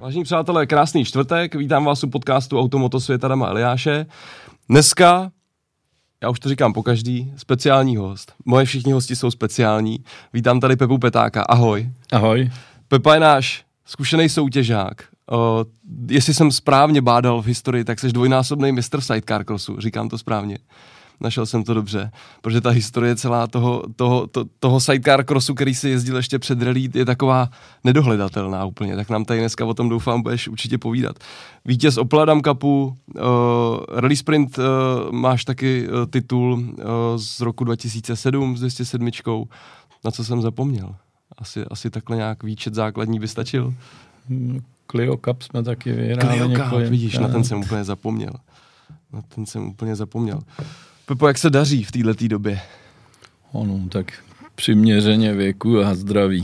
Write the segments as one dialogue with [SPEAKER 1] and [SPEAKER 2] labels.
[SPEAKER 1] Vážení přátelé, krásný čtvrtek, vítám vás u podcastu Automotosvět Adama Eliáše. Dneska, já už to říkám pokaždý, speciální host. Moje všichni hosti jsou speciální. Vítám tady Pepu Petáka, ahoj.
[SPEAKER 2] Ahoj.
[SPEAKER 1] Pepa je náš zkušený soutěžák. Jestli jsem správně bádal v historii, tak jsi dvojnásobný mistr sidecar crossu, říkám to správně. Našel jsem to dobře, protože ta historie celá toho sidecar crossu, který si jezdil ještě před rally, je taková nedohledatelná úplně, tak nám tady dneska o tom doufám budeš určitě povídat. Vítěz Opel Adam Cupu, Rally Sprint máš taky titul z roku 2007 s 207. Na co jsem zapomněl? Asi takhle nějak výčet základní by stačil.
[SPEAKER 2] Clio Cup jsme taky vyhráli.
[SPEAKER 1] Clio Cup, vidíš, na ten jsem úplně zapomněl. Pepo, jak se daří v této době?
[SPEAKER 2] Ono, tak přiměřeně věku a zdraví.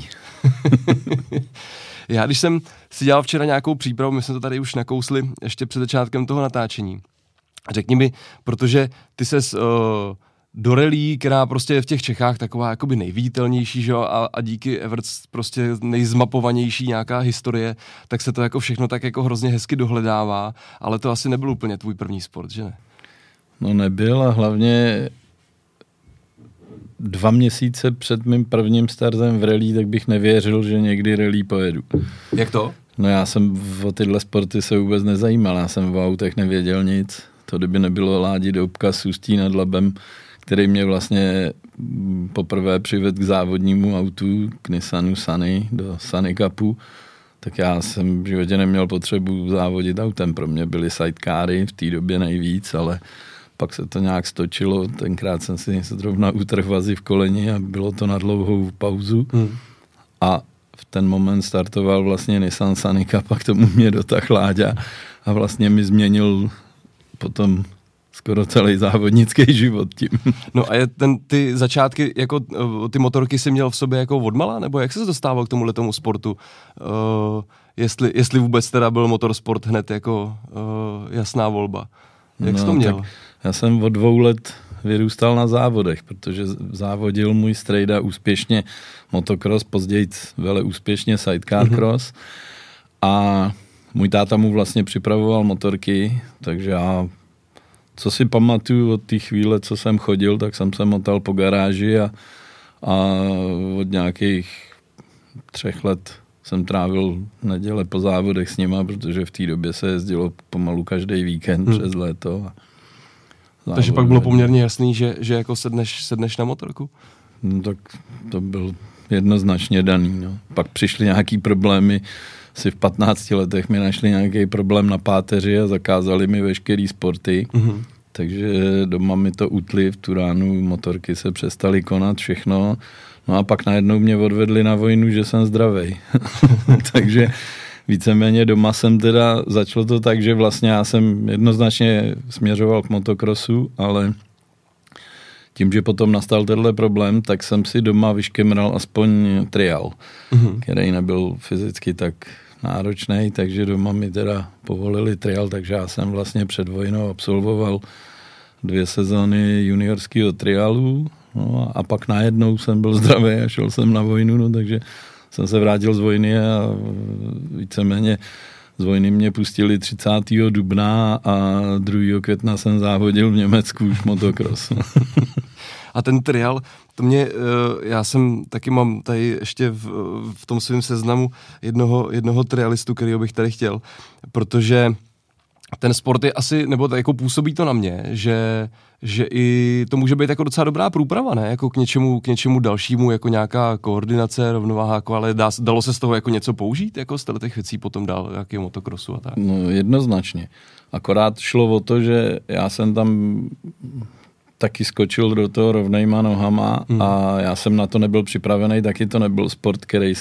[SPEAKER 1] Já, když jsem si dělal včera nějakou přípravu, my jsme to tady už nakousli ještě před začátkem toho natáčení. Řekni mi, protože ty ses do rally, která prostě je v těch Čechách taková jakoby nejviditelnější, že jo, a díky Everts prostě nejzmapovanější nějaká historie, tak se to jako všechno tak jako hrozně hezky dohledává, ale to asi nebyl úplně tvůj první sport, že ne?
[SPEAKER 2] No nebyl a hlavně 2 měsíce před mým prvním startem v rally, tak bych nevěřil, že někdy rally pojedu.
[SPEAKER 1] Jak to?
[SPEAKER 2] No já jsem o tyhle sporty se vůbec nezajímal, já jsem o autech nevěděl nic. To kdyby nebylo Ládi Doubka s Ústí nad Labem, který mě vlastně poprvé přivedl k závodnímu autu, k Nissanu Sunny, do Sunny Cupu, tak já jsem v životě neměl potřebu závodit autem. Pro mě byly sidecary v té době nejvíc, ale pak se to nějak stočilo. Tenkrát jsem si zrovna utrhl vazy v koleni a bylo to na dlouhou pauzu. A v ten moment startoval vlastně Nissan Sunny Cup a k tomu mě dotáhl Láďa a vlastně mi změnil potom skoro celý závodnický život tím.
[SPEAKER 1] No a ty začátky, jako ty motorky si měl v sobě jako odmala, nebo jak se dostával k tomuhletomu sportu? Jestli vůbec teda byl motorsport hned jako jasná volba. Jak jsi to měl?
[SPEAKER 2] Já jsem od 2 let vyrůstal na závodech, protože závodil můj strejda úspěšně motocross, později vele úspěšně sidecar cross a můj táta mu vlastně připravoval motorky, takže já co si pamatuju od té chvíle, co jsem chodil, tak jsem se motal po garáži a od nějakých 3 let jsem trávil neděle po závodech s nima, protože v té době se jezdilo pomalu každý víkend přes léto.
[SPEAKER 1] Takže pak bylo poměrně jasný, že jako sedneš na motorku?
[SPEAKER 2] No tak to byl jednoznačně daný. No. Pak přišly nějaký problémy, asi v 15 letech mi našli nějaký problém na páteři a zakázali mi veškerý sporty. Takže doma mi to utli, v tu ránu motorky se přestaly konat, všechno. No a pak najednou mě odvedli na vojnu, že jsem zdravej. Takže víceméně doma jsem teda, začalo to tak, že vlastně já jsem jednoznačně směřoval k motokrosu, ale tím, že potom nastal tenhle problém, tak jsem si doma vyškemral aspoň trial, který nebyl fyzicky tak náročný, takže doma mi teda povolili trial, takže já jsem vlastně před vojnou absolvoval 2 sezóny juniorského trialu, no a pak najednou jsem byl zdravý a šel jsem na vojnu, no takže jsem se vrátil z vojny a víceméně z vojny mě pustili 30. dubna a 2. května jsem závodil v Německu už motocross.
[SPEAKER 1] A ten trial, to mě, já jsem taky mám tady ještě v tom svém seznamu jednoho trialistu, kterýho bych tady chtěl, protože ten sport je asi, nebo jako působí to na mě, že i to může být jako docela dobrá průprava, ne? Jako k něčemu dalšímu, jako nějaká koordinace, rovnováha, jako, ale dalo se z toho jako něco použít, jako z těch věcí potom dál, jakého motokrosu a tak?
[SPEAKER 2] No jednoznačně. Akorát šlo o to, že já jsem tam taky skočil do toho rovnejma nohama a já jsem na to nebyl připravený, taky to nebyl sport,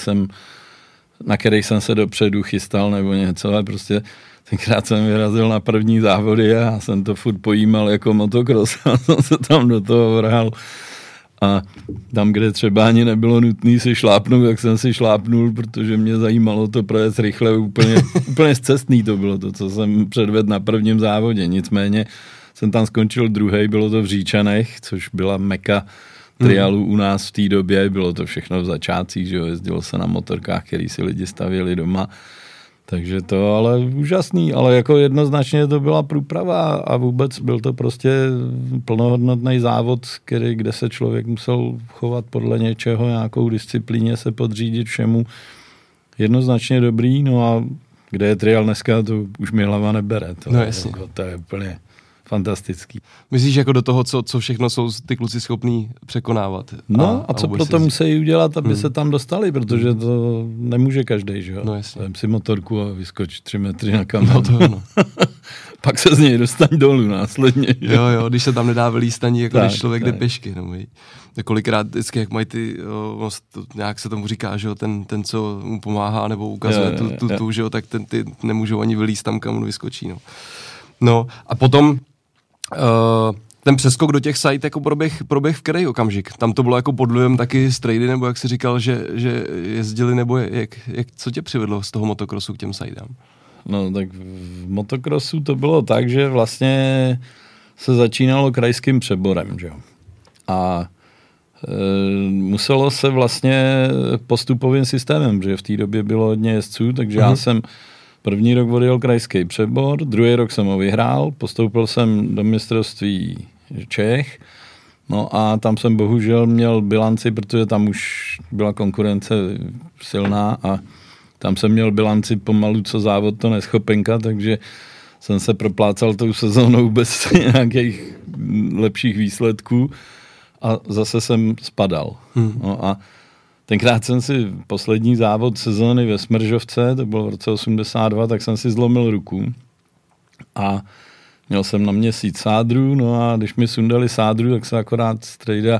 [SPEAKER 2] na který jsem se dopředu chystal nebo něco, ale prostě tenkrát jsem vyrazil na první závody a já jsem to furt pojímal jako motocross a jsem se tam do toho vrhal. A tam, kde třeba ani nebylo nutné si šlápnout, tak jsem si šlápnul, protože mě zajímalo to projet rychle, úplně zcestný to bylo to, co jsem předvedl na prvním závodě. Nicméně jsem tam skončil 2., bylo to v Říčanech, což byla meka trialů u nás v té době, bylo to všechno v začátcích, že jo, jezdilo se na motorkách, který si lidi stavěli doma. Takže to ale úžasný, ale jako jednoznačně to byla průprava a vůbec byl to prostě plnohodnotný závod, kde se člověk musel chovat podle něčeho, nějakou disciplíně se podřídit všemu. Jednoznačně dobrý, no a kde je trial dneska, to už mi hlava nebere. To je úplně fantastický.
[SPEAKER 1] Myslíš jako do toho, co všechno jsou ty kluci schopní překonávat?
[SPEAKER 2] No a co proto musí udělat, aby se tam dostali, protože to nemůže každej, že jo?
[SPEAKER 1] No jasně.
[SPEAKER 2] Vem si motorku a vyskoč 3 metry na kamen.
[SPEAKER 1] No to ano.
[SPEAKER 2] Pak se z něj dostaň dolů následně.
[SPEAKER 1] Jo, když se tam nedá vylízt ani, jako
[SPEAKER 2] tak,
[SPEAKER 1] když člověk jde pěšky. No, kolikrát vždycky, jak mají ty, nějak se tomu říká, že jo, ten, co mu pomáhá nebo ukazuje tu, že jo, tak ty nemůžou ani vylízt tam, kam on vyskočí, no. No a potom ten přeskok do těch site jako proběh v který okamžik? Tam to bylo jako pod vlivem taky strejdy, nebo jak jsi říkal, že jezdili, nebo co tě přivedlo z toho motokrosu k těm sitám?
[SPEAKER 2] No tak v motokrosu to bylo tak, že vlastně se začínalo krajským přeborem, že jo. A muselo se vlastně postupovým systémem, že v té době bylo hodně jezdců, takže já jsem první rok odjel krajský přebor, druhý rok jsem ho vyhrál, postoupil jsem do mistrovství Čech, no a tam jsem bohužel měl bilanci, protože tam už byla konkurence silná a tam jsem měl bilanci pomalu co závod, to neschopenka, takže jsem se proplácal tou sezónou bez nějakých lepších výsledků a zase jsem spadal. No a tenkrát jsem si poslední závod sezóny ve Smržovce, to bylo v roce 82, tak jsem si zlomil ruku a měl jsem na měsíc sádru, no a když mi sundali sádru, tak se akorát strejda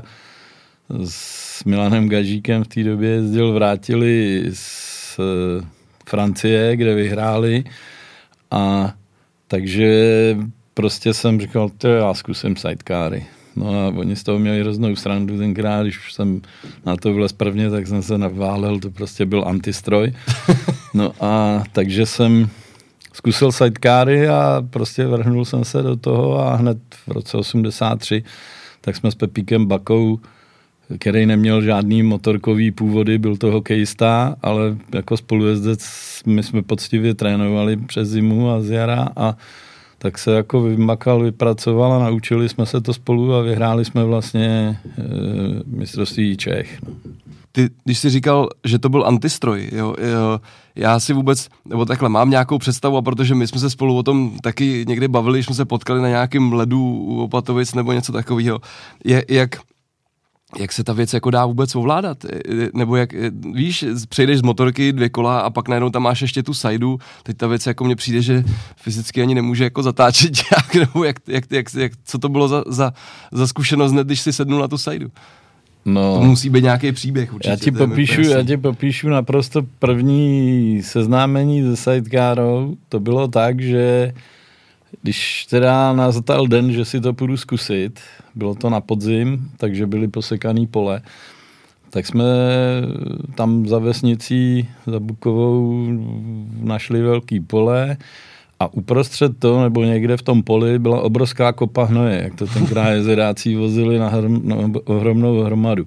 [SPEAKER 2] s Milanem Gažíkem v té době jezdil, vrátili z Francie, kde vyhráli a takže prostě jsem říkal, já zkusím sidecary. No a oni z toho měli hroznou srandu tenkrát, když jsem na to vlez prvně, tak jsem se naválel, to prostě byl antistroj. No a takže jsem zkusil sidecary a prostě vrhnul jsem se do toho a hned v roce 83 tak jsme s Pepíkem Bakou, který neměl žádný motorkový původy, byl to hokejista, ale jako spolujezdec my jsme poctivě trénovali přes zimu a z jara a tak se jako vymakal, vypracoval a naučili jsme se to spolu a vyhráli jsme vlastně mistrovství Čech.
[SPEAKER 1] Ty, když jsi říkal, že to byl antistroj, jo, já si vůbec, nebo takhle, mám nějakou představu, a protože my jsme se spolu o tom taky někdy bavili, jsme se potkali na nějakém ledu u Opatovic nebo něco takového, jak se ta věc jako dá vůbec ovládat? Nebo jak, víš, přejdeš z motorky 2 kola a pak najednou tam máš ještě tu sajdu, teď ta věc jako mně přijde, že fyzicky ani nemůže jako zatáčet nějak, nebo co to bylo za zkušenost hned, když si sednul na tu sajdu? No, to musí být nějaký příběh určitě.
[SPEAKER 2] Já ti popíšu naprosto první seznámení se sidecarou. To bylo tak, že když teda nás zatal den, že si to půjdu zkusit, bylo to na podzim, takže byly posekaný pole, tak jsme tam za vesnicí, za Bukovou našli velký pole a uprostřed toho, nebo někde v tom poli byla obrovská kopa hnoje, jak to tenkrát jezeráci vozili na ohromnou hromadu.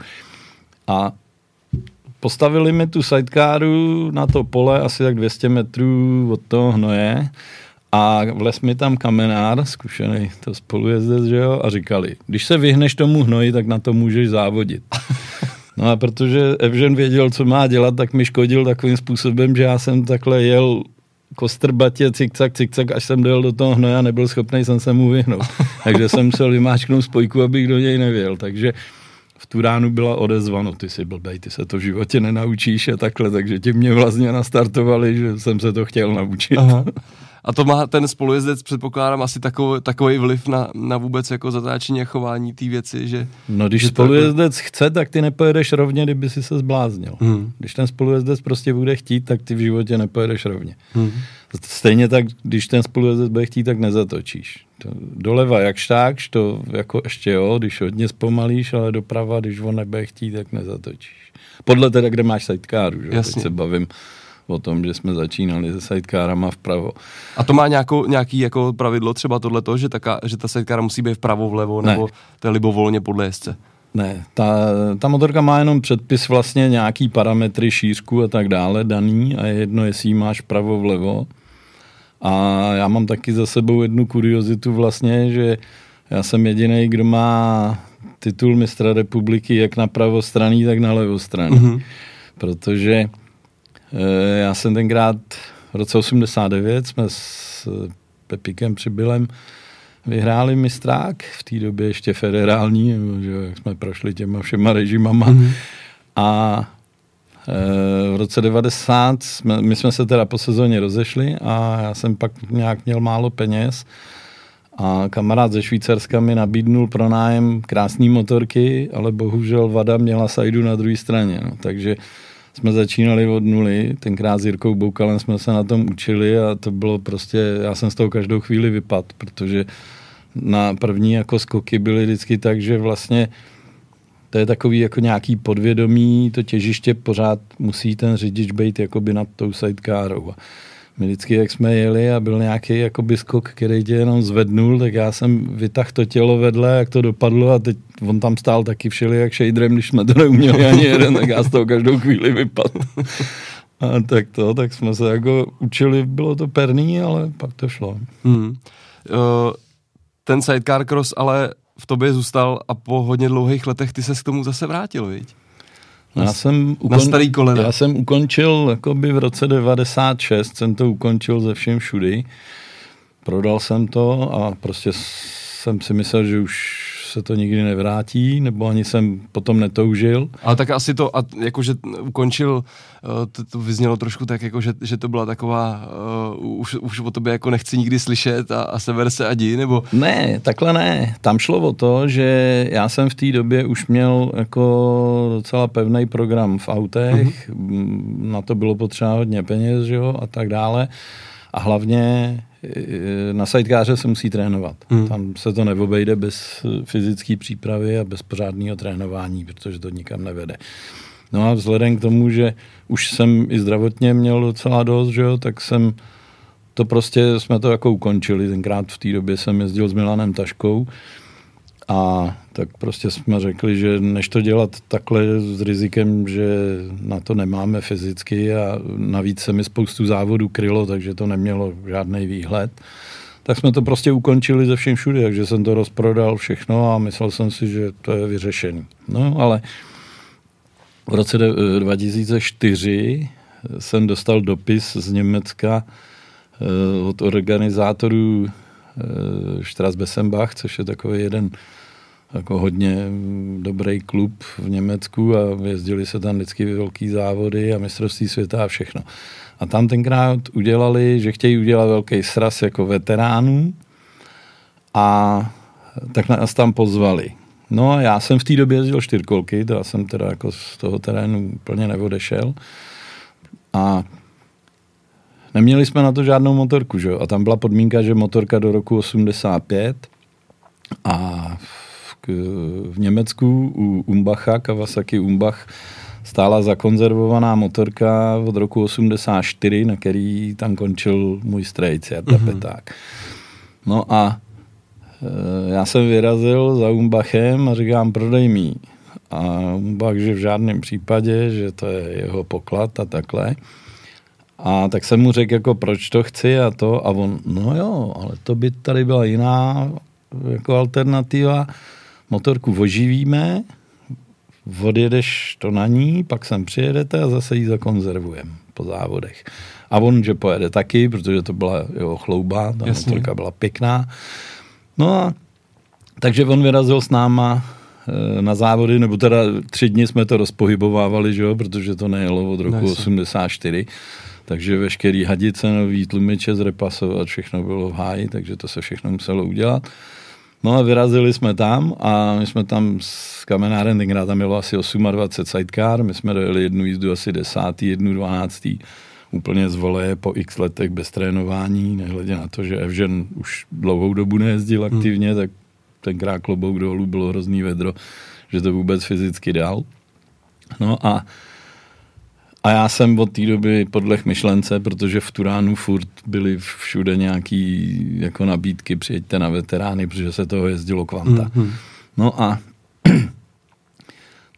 [SPEAKER 2] A postavili mi tu sidecaru na to pole asi tak 200 metrů od toho hnoje a vlez mi tam kamenár, zkušený to spolujezdec, že jo, a říkali, když se vyhneš tomu hnoji, tak na to můžeš závodit. No a protože Evžen věděl, co má dělat, tak mi škodil takovým způsobem, že já jsem takhle jel kostrbatě, cikcak, až jsem dojel do toho hnoje a nebyl schopný jsem se mu vyhnout. Takže jsem musel vymáčknout spojku, abych do něj nevěl. Takže v tu ránu byla odezva, no ty jsi blbej, ty se to v životě nenaučíš a takhle, takže ti mě vlastně nastartovali, že jsem se to chtěl naučit. Aha.
[SPEAKER 1] A to má ten spolujezdec, předpokládám, asi takový vliv na vůbec jako zatáčení a chování té věci, že...
[SPEAKER 2] No když spolujezdec chce, tak ty nepojedeš rovně, kdyby si se zbláznil. Když ten spolujezdec prostě bude chtít, tak ty v životě nepojedeš rovně. Stejně tak, když ten spolujezdec bude chtít, tak nezatočíš. To doleva jak štákš, to jako ještě jo, když hodně zpomalíš, ale doprava, když on nebude chtít, tak nezatočíš. Podle teda, kde máš sidecaru, že? Teď se bavím o tom, že jsme začínali se sidecarama vpravo.
[SPEAKER 1] A to má nějaký jako pravidlo třeba tohleto, že ta sidecara musí být vpravo, vlevo, nebo to je libovolně podle jezdce?
[SPEAKER 2] Ne, ta motorka má jenom předpis vlastně nějaký parametry, šířku a tak dále daný a je jedno, jestli máš pravo, vlevo. A já mám taky za sebou jednu kuriozitu vlastně, že já jsem jedinej, kdo má titul mistra republiky jak na pravostranný, tak na levostranný. Mm-hmm. Protože já jsem tenkrát v roce 89 jsme s Pepikem Přibylem vyhráli mistrák, v té době ještě federální, že jak jsme prošli těma všema režimama. Mm-hmm. A v roce 90 my jsme se teda po sezóně rozešli a já jsem pak nějak měl málo peněz a kamarád ze Švýcarska mi nabídnul pronájem krásný motorky, ale bohužel vada měla sajdu na druhé straně. No. Takže jsme začínali od nuly, tenkrát s Jirkou Boukalem jsme se na tom učili a to bylo prostě, já jsem z toho každou chvíli vypadl, protože na první jako skoky byly vždycky tak, že vlastně to je takový jako nějaký podvědomí, to těžiště pořád musí ten řidič být jakoby nad tou sidecarou. My vždycky, jak jsme jeli a byl nějaký jakoby skok, který tě jenom zvednul, tak já jsem vytahl to tělo vedle, jak to dopadlo a teď on tam stál taky všelijak shaderem, když jsme to neuměli ani jeden, tak já z toho každou chvíli vypadl. A tak jsme se jako učili, bylo to perný, ale pak to šlo.
[SPEAKER 1] Ten sidecar cross ale v tobě zůstal a po hodně dlouhých letech ty se k tomu zase vrátil, viď? Na starý kolena.
[SPEAKER 2] Já jsem ukončil jakoby v roce 96, jsem to ukončil ze všem všudy. Prodal jsem to a prostě jsem si myslel, že už se to nikdy nevrátí, nebo ani jsem potom netoužil.
[SPEAKER 1] Ale tak asi to, jakože ukončil, to vyznělo trošku tak, jako, že to byla taková, už o tobě jako nechci nikdy slyšet a sever se a jdi, nebo?
[SPEAKER 2] Ne, takhle ne. Tam šlo o to, že já jsem v té době už měl jako docela pevný program v autech, na to bylo potřeba hodně peněz, že jo, a tak dále. A hlavně na sidekáře se musí trénovat. Tam se to neobejde bez fyzické přípravy a bez pořádného trénování, protože to nikam nevede. No a vzhledem k tomu, že už jsem i zdravotně měl docela dost, že jo, tak jsme to jako ukončili. Tenkrát v té době jsem jezdil s Milanem Taškou a tak prostě jsme řekli, že než to dělat takhle s rizikem, že na to nemáme fyzicky a navíc se mi spoustu závodů krylo, takže to nemělo žádný výhled, tak jsme to prostě ukončili ze všem všude, takže jsem to rozprodal všechno a myslel jsem si, že to je vyřešený. No, ale v roce 2004 jsem dostal dopis z Německa od organizátorů Straßbessenbach, což je takový jeden jako hodně dobrý klub v Německu a jezdili se tam vždycky velký závody a mistrovství světa a všechno. A tam tenkrát udělali, že chtějí udělat velký sraz jako veteránů a tak nás tam pozvali. No a já jsem v té době jezdil 4kolky, to já jsem teda jako z toho terénu úplně neodešel a neměli jsme na to žádnou motorku, že? A tam byla podmínka, že motorka do roku 85 a v Německu u Umbacha, Kawasaki Umbach, stála zakonzervovaná motorka od roku 84, na který tam končil můj strejc, Jarda Peták. No a já jsem vyrazil za Umbachem a říkám, prodej mi. A Umbach, že v žádném případě, že to je jeho poklad a takhle. A tak jsem mu řekl, jako proč to chci a to. A on, no jo, ale to by tady byla jiná jako alternativa. Motorku oživíme, odjedeš to na ní, pak sem přijedete a zase ji zakonzervujeme po závodech. A on, že pojede taky, protože to byla jeho chlouba, ta motorka byla pěkná. No a takže on vyrazil s náma na závody, nebo teda 3 dny jsme to rozpohybovávali, že jo, protože to nejelo od roku 84. Takže veškerý hadice, nový tlumiče zrepasovat, všechno bylo v háji, takže to se všechno muselo udělat. No a vyrazili jsme tam a my jsme tam s kamenárem, tenkrát tam bylo asi 28 sidecar, my jsme dojeli jednu jízdu asi 10., jednu 12. Úplně z voleje po x letech bez trénování, nehledě na to, že Evžen už dlouhou dobu nejezdil aktivně, tak tenkrát klobouk dolů, bylo hrozný vedro, že to vůbec fyzicky dal. No a já jsem od té doby podleh myšlence, protože v Turánu furt byly všude nějaký jako nabídky, přijeďte na veterány, protože se toho jezdilo kvanta. No a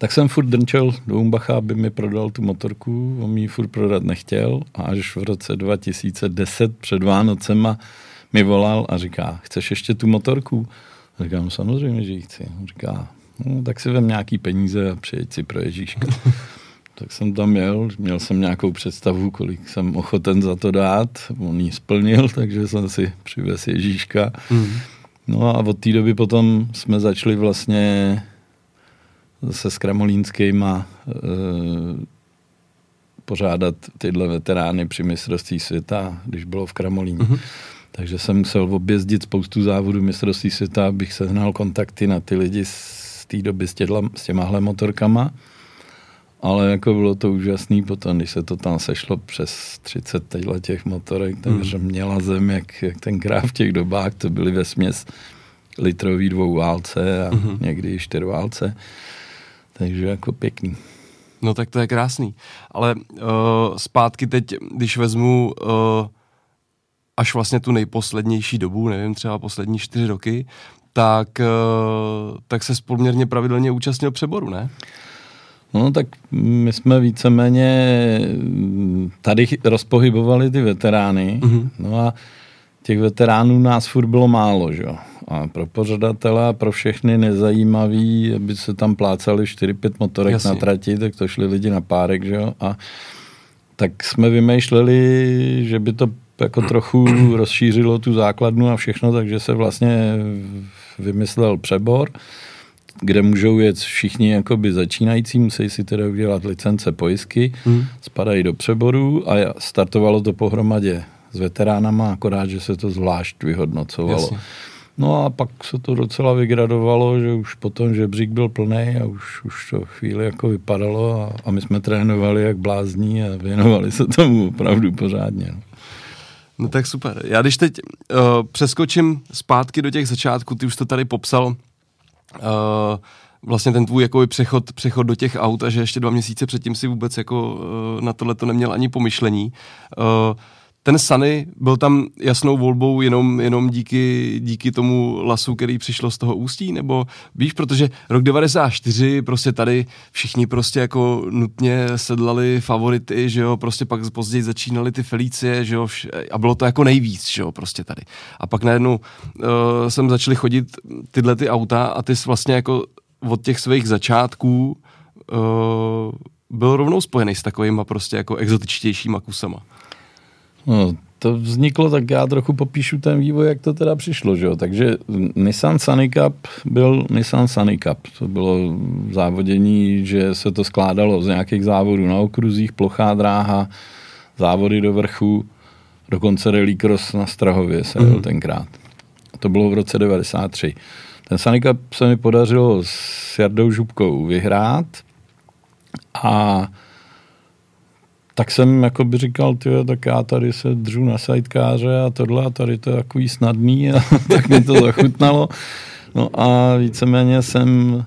[SPEAKER 2] Tak jsem furt drnčel do Humbacha, aby mi prodal tu motorku, on mi ji furt prodat nechtěl a až v roce 2010 před Vánocema mi volal a říká, chceš ještě tu motorku? A říkám, samozřejmě, že ji chci. On říká, no, tak si vem nějaký peníze a přijeď si pro Ježíška. Tak jsem tam měl jsem nějakou představu, kolik jsem ochoten za to dát. On ji splnil, takže jsem si přivez Ježíška. No a od té doby potom jsme začali vlastně zase s Kramolínskýma pořádat tyhle veterány při mistrovství světa, když bylo v Kramolíně. Takže jsem musel objezdit spoustu závodů mistrovství světa, abych sehnal kontakty na ty lidi z té doby s těmahle motorkama. Ale jako bylo to úžasný potom, když se to tam sešlo přes 30 těch motorek, takže měla zem, jak tenkrát v těch dobách, to byly vesměs litrový dvouválce a někdy i čtyřválce. Takže jako pěkný.
[SPEAKER 1] No tak to je krásný. Ale zpátky teď, když vezmu až vlastně tu nejposlednější dobu, nevím, třeba poslední 4 roky, tak se poměrně pravidelně účastnil přeboru, ne?
[SPEAKER 2] No tak my jsme víceméně tady rozpohybovali ty veterány, no a těch veteránů nás furt bylo málo, že jo. A pro pořadatele a pro všechny nezajímavý, aby se tam plácali 4-5 motorek Jasně. na trati, tak to šli lidi na párek, že jo. A tak jsme vymýšleli, že by to jako trochu rozšířilo tu základnu a všechno, takže se vlastně vymyslel přebor, kde můžou jet všichni jakoby začínající, musí si teda udělat licence pojistky, spadají do přeboru a startovalo to pohromadě s veteránama, akorát, že se to zvlášť vyhodnocovalo. Jasně. No a pak se to docela vygradovalo, že už potom žebřík byl plný a už to chvíli jako vypadalo a my jsme trénovali jak blázní a věnovali se tomu opravdu pořádně.
[SPEAKER 1] No tak super. Já když teď přeskočím zpátky do těch začátků, ty už to tady popsal, vlastně ten tvůj jakoby přechod do těch aut a že ještě 2 měsíce předtím si vůbec jako na tohle to neměl ani pomyšlení. Ten Sunny byl tam jasnou volbou jenom díky tomu lasu, který přišlo z toho Ústí, nebo víš, protože rok 94 prostě tady všichni prostě jako nutně sedlali favority, že jo, prostě pak později začínaly ty Felicie, že jo, a bylo to jako nejvíc, že jo, prostě tady. A pak najednou sem začaly chodit tyhle ty auta a ty jsi vlastně jako od těch svých začátků byl rovnou spojený s takovýma prostě jako exotičtějšíma kusama.
[SPEAKER 2] No, to vzniklo, tak já trochu popíšu ten vývoj, jak to teda přišlo, že jo. Takže Nissan Sunny Cup byl Nissan Sunny Cup. To bylo závodění, že se to skládalo z nějakých závodů na okruzích, plochá dráha, závody do vrchu, dokonce rallycross na Strahově se jel tenkrát. To bylo v roce 93. Ten Sunny Cup se mi podařilo s Jardou Žubkou vyhrát a tak jsem jako by říkal, tyjo, tak já tady se držu na sidekáře a tohle a tady to je takový snadný a tak mi to zachutnalo. No a víceméně jsem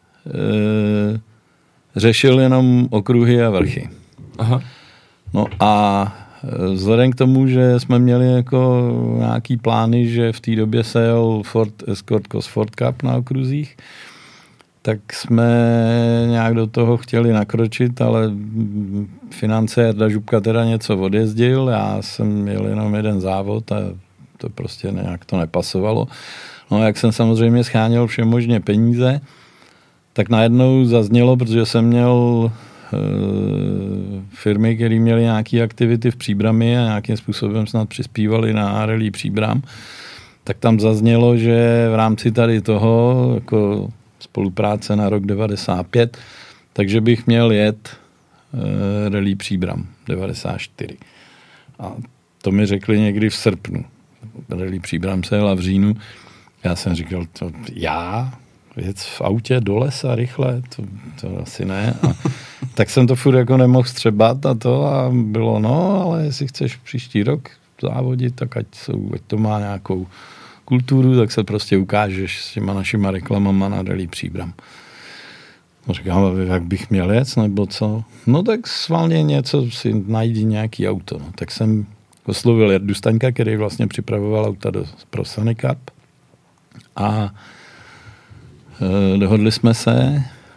[SPEAKER 2] řešil jenom okruhy a vrchy. Aha. No a vzhledem k tomu, že jsme měli jako nějaký plány, že v té době se jel Ford Escort Cosworth Cup na okruzích, tak jsme nějak do toho chtěli nakročit, ale finance Jarda Žubka teda něco odjezdil, já jsem měl jenom jeden závod a to prostě nějak to nepasovalo. No a jak jsem samozřejmě scháněl všemožně peníze, tak najednou zaznělo, protože jsem měl firmy, které měly nějaké aktivity v Příbrami a nějakým způsobem snad přispívali na rally Příbram, tak tam zaznělo, že v rámci tady toho jako spolupráce na rok 95, takže bych měl jet rally Příbram 94. A to mi řekli někdy v srpnu. Rally Příbram se jela v říjnu. Já jsem říkal, to já? Jet v autě do lesa rychle? To asi ne. A tak jsem to furt jako nemohl střebat a bylo no, ale jestli chceš příští rok závodit, tak ať to má nějakou kulturu, tak se prostě ukážeš s těma našima reklamama na rally Příbram. Říkám, jak bych měl jet, nebo co? No tak svalně něco si najdi nějaký auto. No. Tak jsem oslovil Jardu Staňka, který vlastně připravoval auta pro Sunny Cup a dohodli jsme se,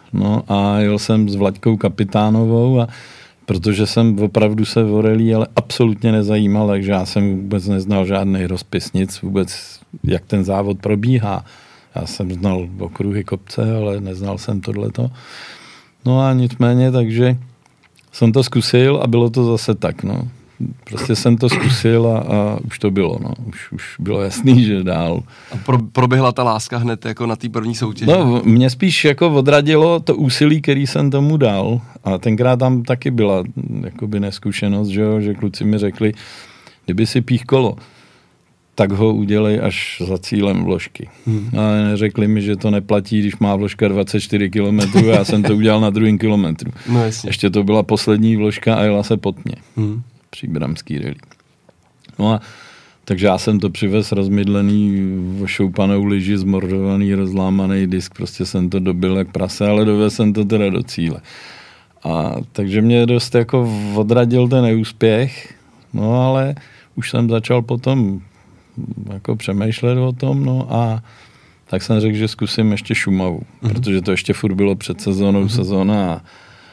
[SPEAKER 2] No a jel jsem s Vlaďkou Kapitánovou a protože jsem opravdu se o rally ale absolutně nezajímal, takže já jsem vůbec neznal žádný rozpis, nic vůbec, jak ten závod probíhá. Já jsem znal okruhy kopce, ale neznal jsem tohleto. No a nicméně, takže jsem to zkusil a bylo to zase tak, no. Prostě jsem to zkusil a už to bylo, no. Už bylo jasný, že dál.
[SPEAKER 1] A proběhla ta láska hned jako na té první soutěži?
[SPEAKER 2] No, mě spíš jako odradilo to úsilí, který jsem tomu dal. A tenkrát tam taky byla jakoby neskušenost, že kluci mi řekli, kdyby si pích kolo, tak ho udělej až za cílem vložky. Ale neřekli mi, že to neplatí, když má vložka 24 km a já jsem to udělal na 2. kilometru.
[SPEAKER 1] No jasně.
[SPEAKER 2] Ještě to byla poslední vložka a jela se pod mě. Příbramský rally. No a takže já jsem to přivez rozmydlený, ošoupanou lyži, zmordovaný, rozlámaný disk, prostě jsem to dobil jak prase, ale dovez jsem to teda do cíle. A takže mě dost jako odradil ten neúspěch, no ale už jsem začal potom jako přemýšlet o tom, no a tak jsem řekl, že zkusím ještě Šumavu, protože to ještě furt bylo před sezónou, sezóna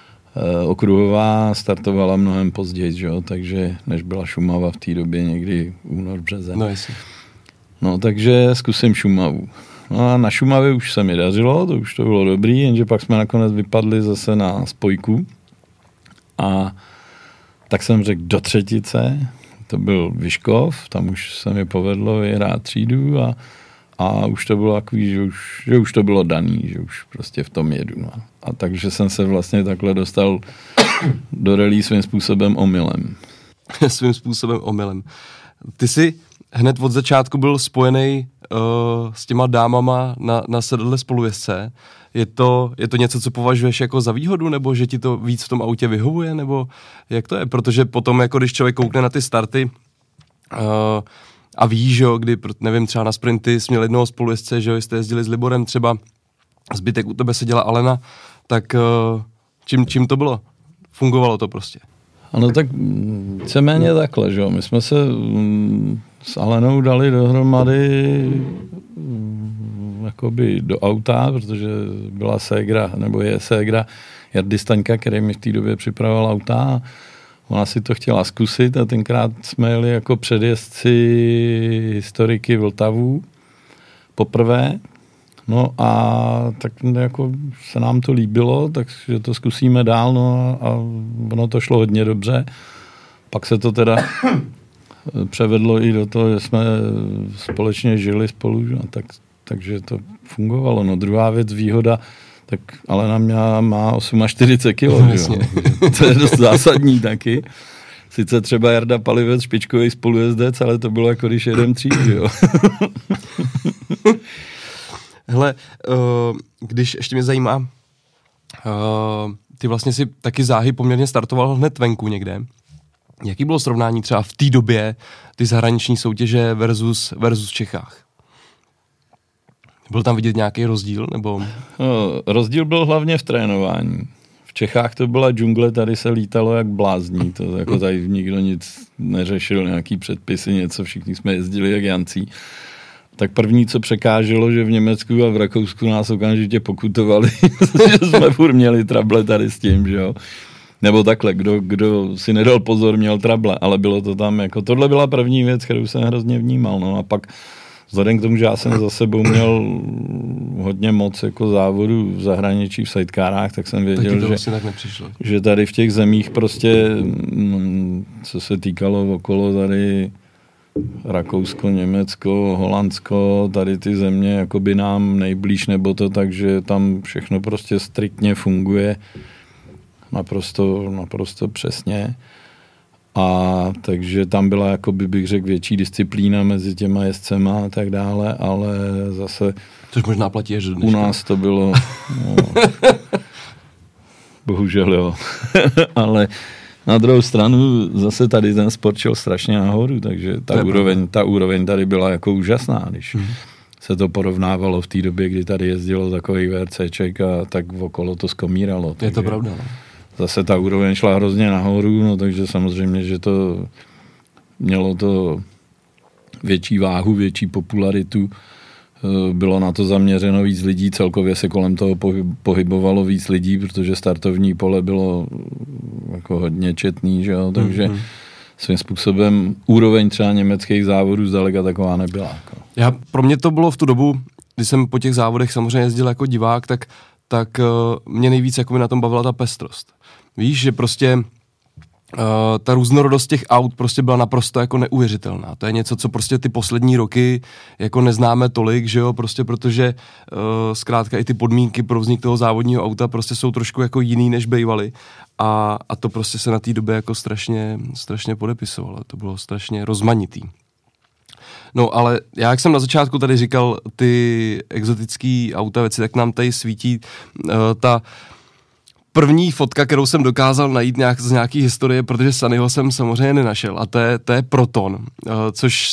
[SPEAKER 2] okruhová startovala mnohem později, že jo? Takže než byla Šumava v té době někdy únor, březen. No takže zkusím Šumavu. No a na Šumavě už se mi dařilo, to už to bylo dobrý, jenže pak jsme nakonec vypadli zase na spojku a tak jsem řekl do třetice, to byl Vyškov, tam už se mi povedlo vyhrát třídu a už to bylo takový, že už to bylo daný, že už prostě v tom jedu. No. A takže jsem se vlastně takhle dostal do rally svým způsobem omylem.
[SPEAKER 1] Svým způsobem omylem. Ty jsi hned od začátku byl spojený s těma dámama na sedadle spolujezdce. Je to něco, co považuješ jako za výhodu, nebo že ti to víc v tom autě vyhovuje, nebo jak to je? Protože potom, jako když člověk koukne na ty starty a ví, že jo, kdy, nevím, třeba na sprinty jsi měl jednoho spolujezdce, že jo, jste jezdili s Liborem třeba, zbytek u tebe seděla Alena, tak čím to bylo? Fungovalo to prostě?
[SPEAKER 2] Ano, tak víceméně takhle, že jo. My jsme se s Alenou dali dohromady jakoby do auta, protože byla ségra, nebo je ségra Jardy Staňka, který mi v té době připravoval auta. Ona si to chtěla zkusit a tenkrát jsme jeli jako předjezdci historiky Vltavu poprvé. No a tak jako se nám to líbilo, takže to zkusíme dál, no a ono to šlo hodně dobře. Pak se to teda převedlo i do toho, že jsme společně žili spolu, takže to fungovalo. No druhá věc, výhoda, tak Alena má 48 kilo, to je dost zásadní taky. Sice třeba Jarda Palivec, špičkový spolujezdec, ale to bylo jako když jedem tříd, jo.
[SPEAKER 1] Hele, když ještě mě zajímá, ty vlastně si taky záhy poměrně startoval hned venku někde. Jaký bylo srovnání třeba v té době ty zahraniční soutěže versus Čechách? Byl tam vidět nějaký rozdíl? Nebo?
[SPEAKER 2] No, rozdíl byl hlavně v trénování. V Čechách to byla džungle, tady se lítalo jak blázní. To jako tady nikdo nic neřešil, nějaký předpisy, něco, všichni jsme jezdili jak jancí. Tak první, co překáželo, že v Německu a v Rakousku nás okamžitě pokutovali, že jsme furt měli trable tady s tím, že jo. Nebo takhle, kdo si nedal pozor, měl trable, ale bylo to tam jako, tohle byla první věc, kterou jsem hrozně vnímal, no a pak vzhledem k tomu, že já jsem za sebou měl hodně moc jako závodů v zahraničí, v sidecarách, tak jsem věděl, že tady v těch zemích prostě, co se týkalo okolo tady Rakousko, Německo, Holandsko, tady ty země jakoby nám nejblíž nebo to, takže tam všechno prostě striktně funguje naprosto přesně. A takže tam byla, jakoby bych řekl, větší disciplína mezi těma jezdcema a tak dále, ale zase
[SPEAKER 1] což možná platí až
[SPEAKER 2] u nás to bylo bohužel jo. Ale na druhou stranu zase tady ten sport šel strašně nahoru, takže ta úroveň tady byla jako úžasná, když se to porovnávalo v té době, kdy tady jezdilo takový VRCček a tak okolo to skomíralo.
[SPEAKER 1] Je to pravda, no.
[SPEAKER 2] Zase ta úroveň šla hrozně nahoru, no takže samozřejmě, že to mělo to větší váhu, větší popularitu bylo na to zaměřeno víc lidí, celkově se kolem toho pohybovalo víc lidí, protože startovní pole bylo jako hodně četný, že jo? Takže svým způsobem úroveň třeba německých závodů zdaleka taková nebyla. Jako.
[SPEAKER 1] Pro mě to bylo v tu dobu, kdy jsem po těch závodech samozřejmě jezdil jako divák, tak mě nejvíc jako na tom bavila ta pestrost. Víš, že prostě ta různorodost těch aut prostě byla naprosto jako neuvěřitelná. To je něco, co prostě ty poslední roky jako neznáme tolik, že jo, prostě protože zkrátka i ty podmínky pro vznik toho závodního auta prostě jsou trošku jako jiný, než bývaly a to prostě se na té době jako strašně podepisovalo. To bylo strašně rozmanitý. No ale já, jak jsem na začátku tady říkal, ty exotický auta věci, tak nám tady svítí ta první fotka, kterou jsem dokázal najít z nějaký historie, protože Sunnyho jsem samozřejmě nenašel a to je Proton, což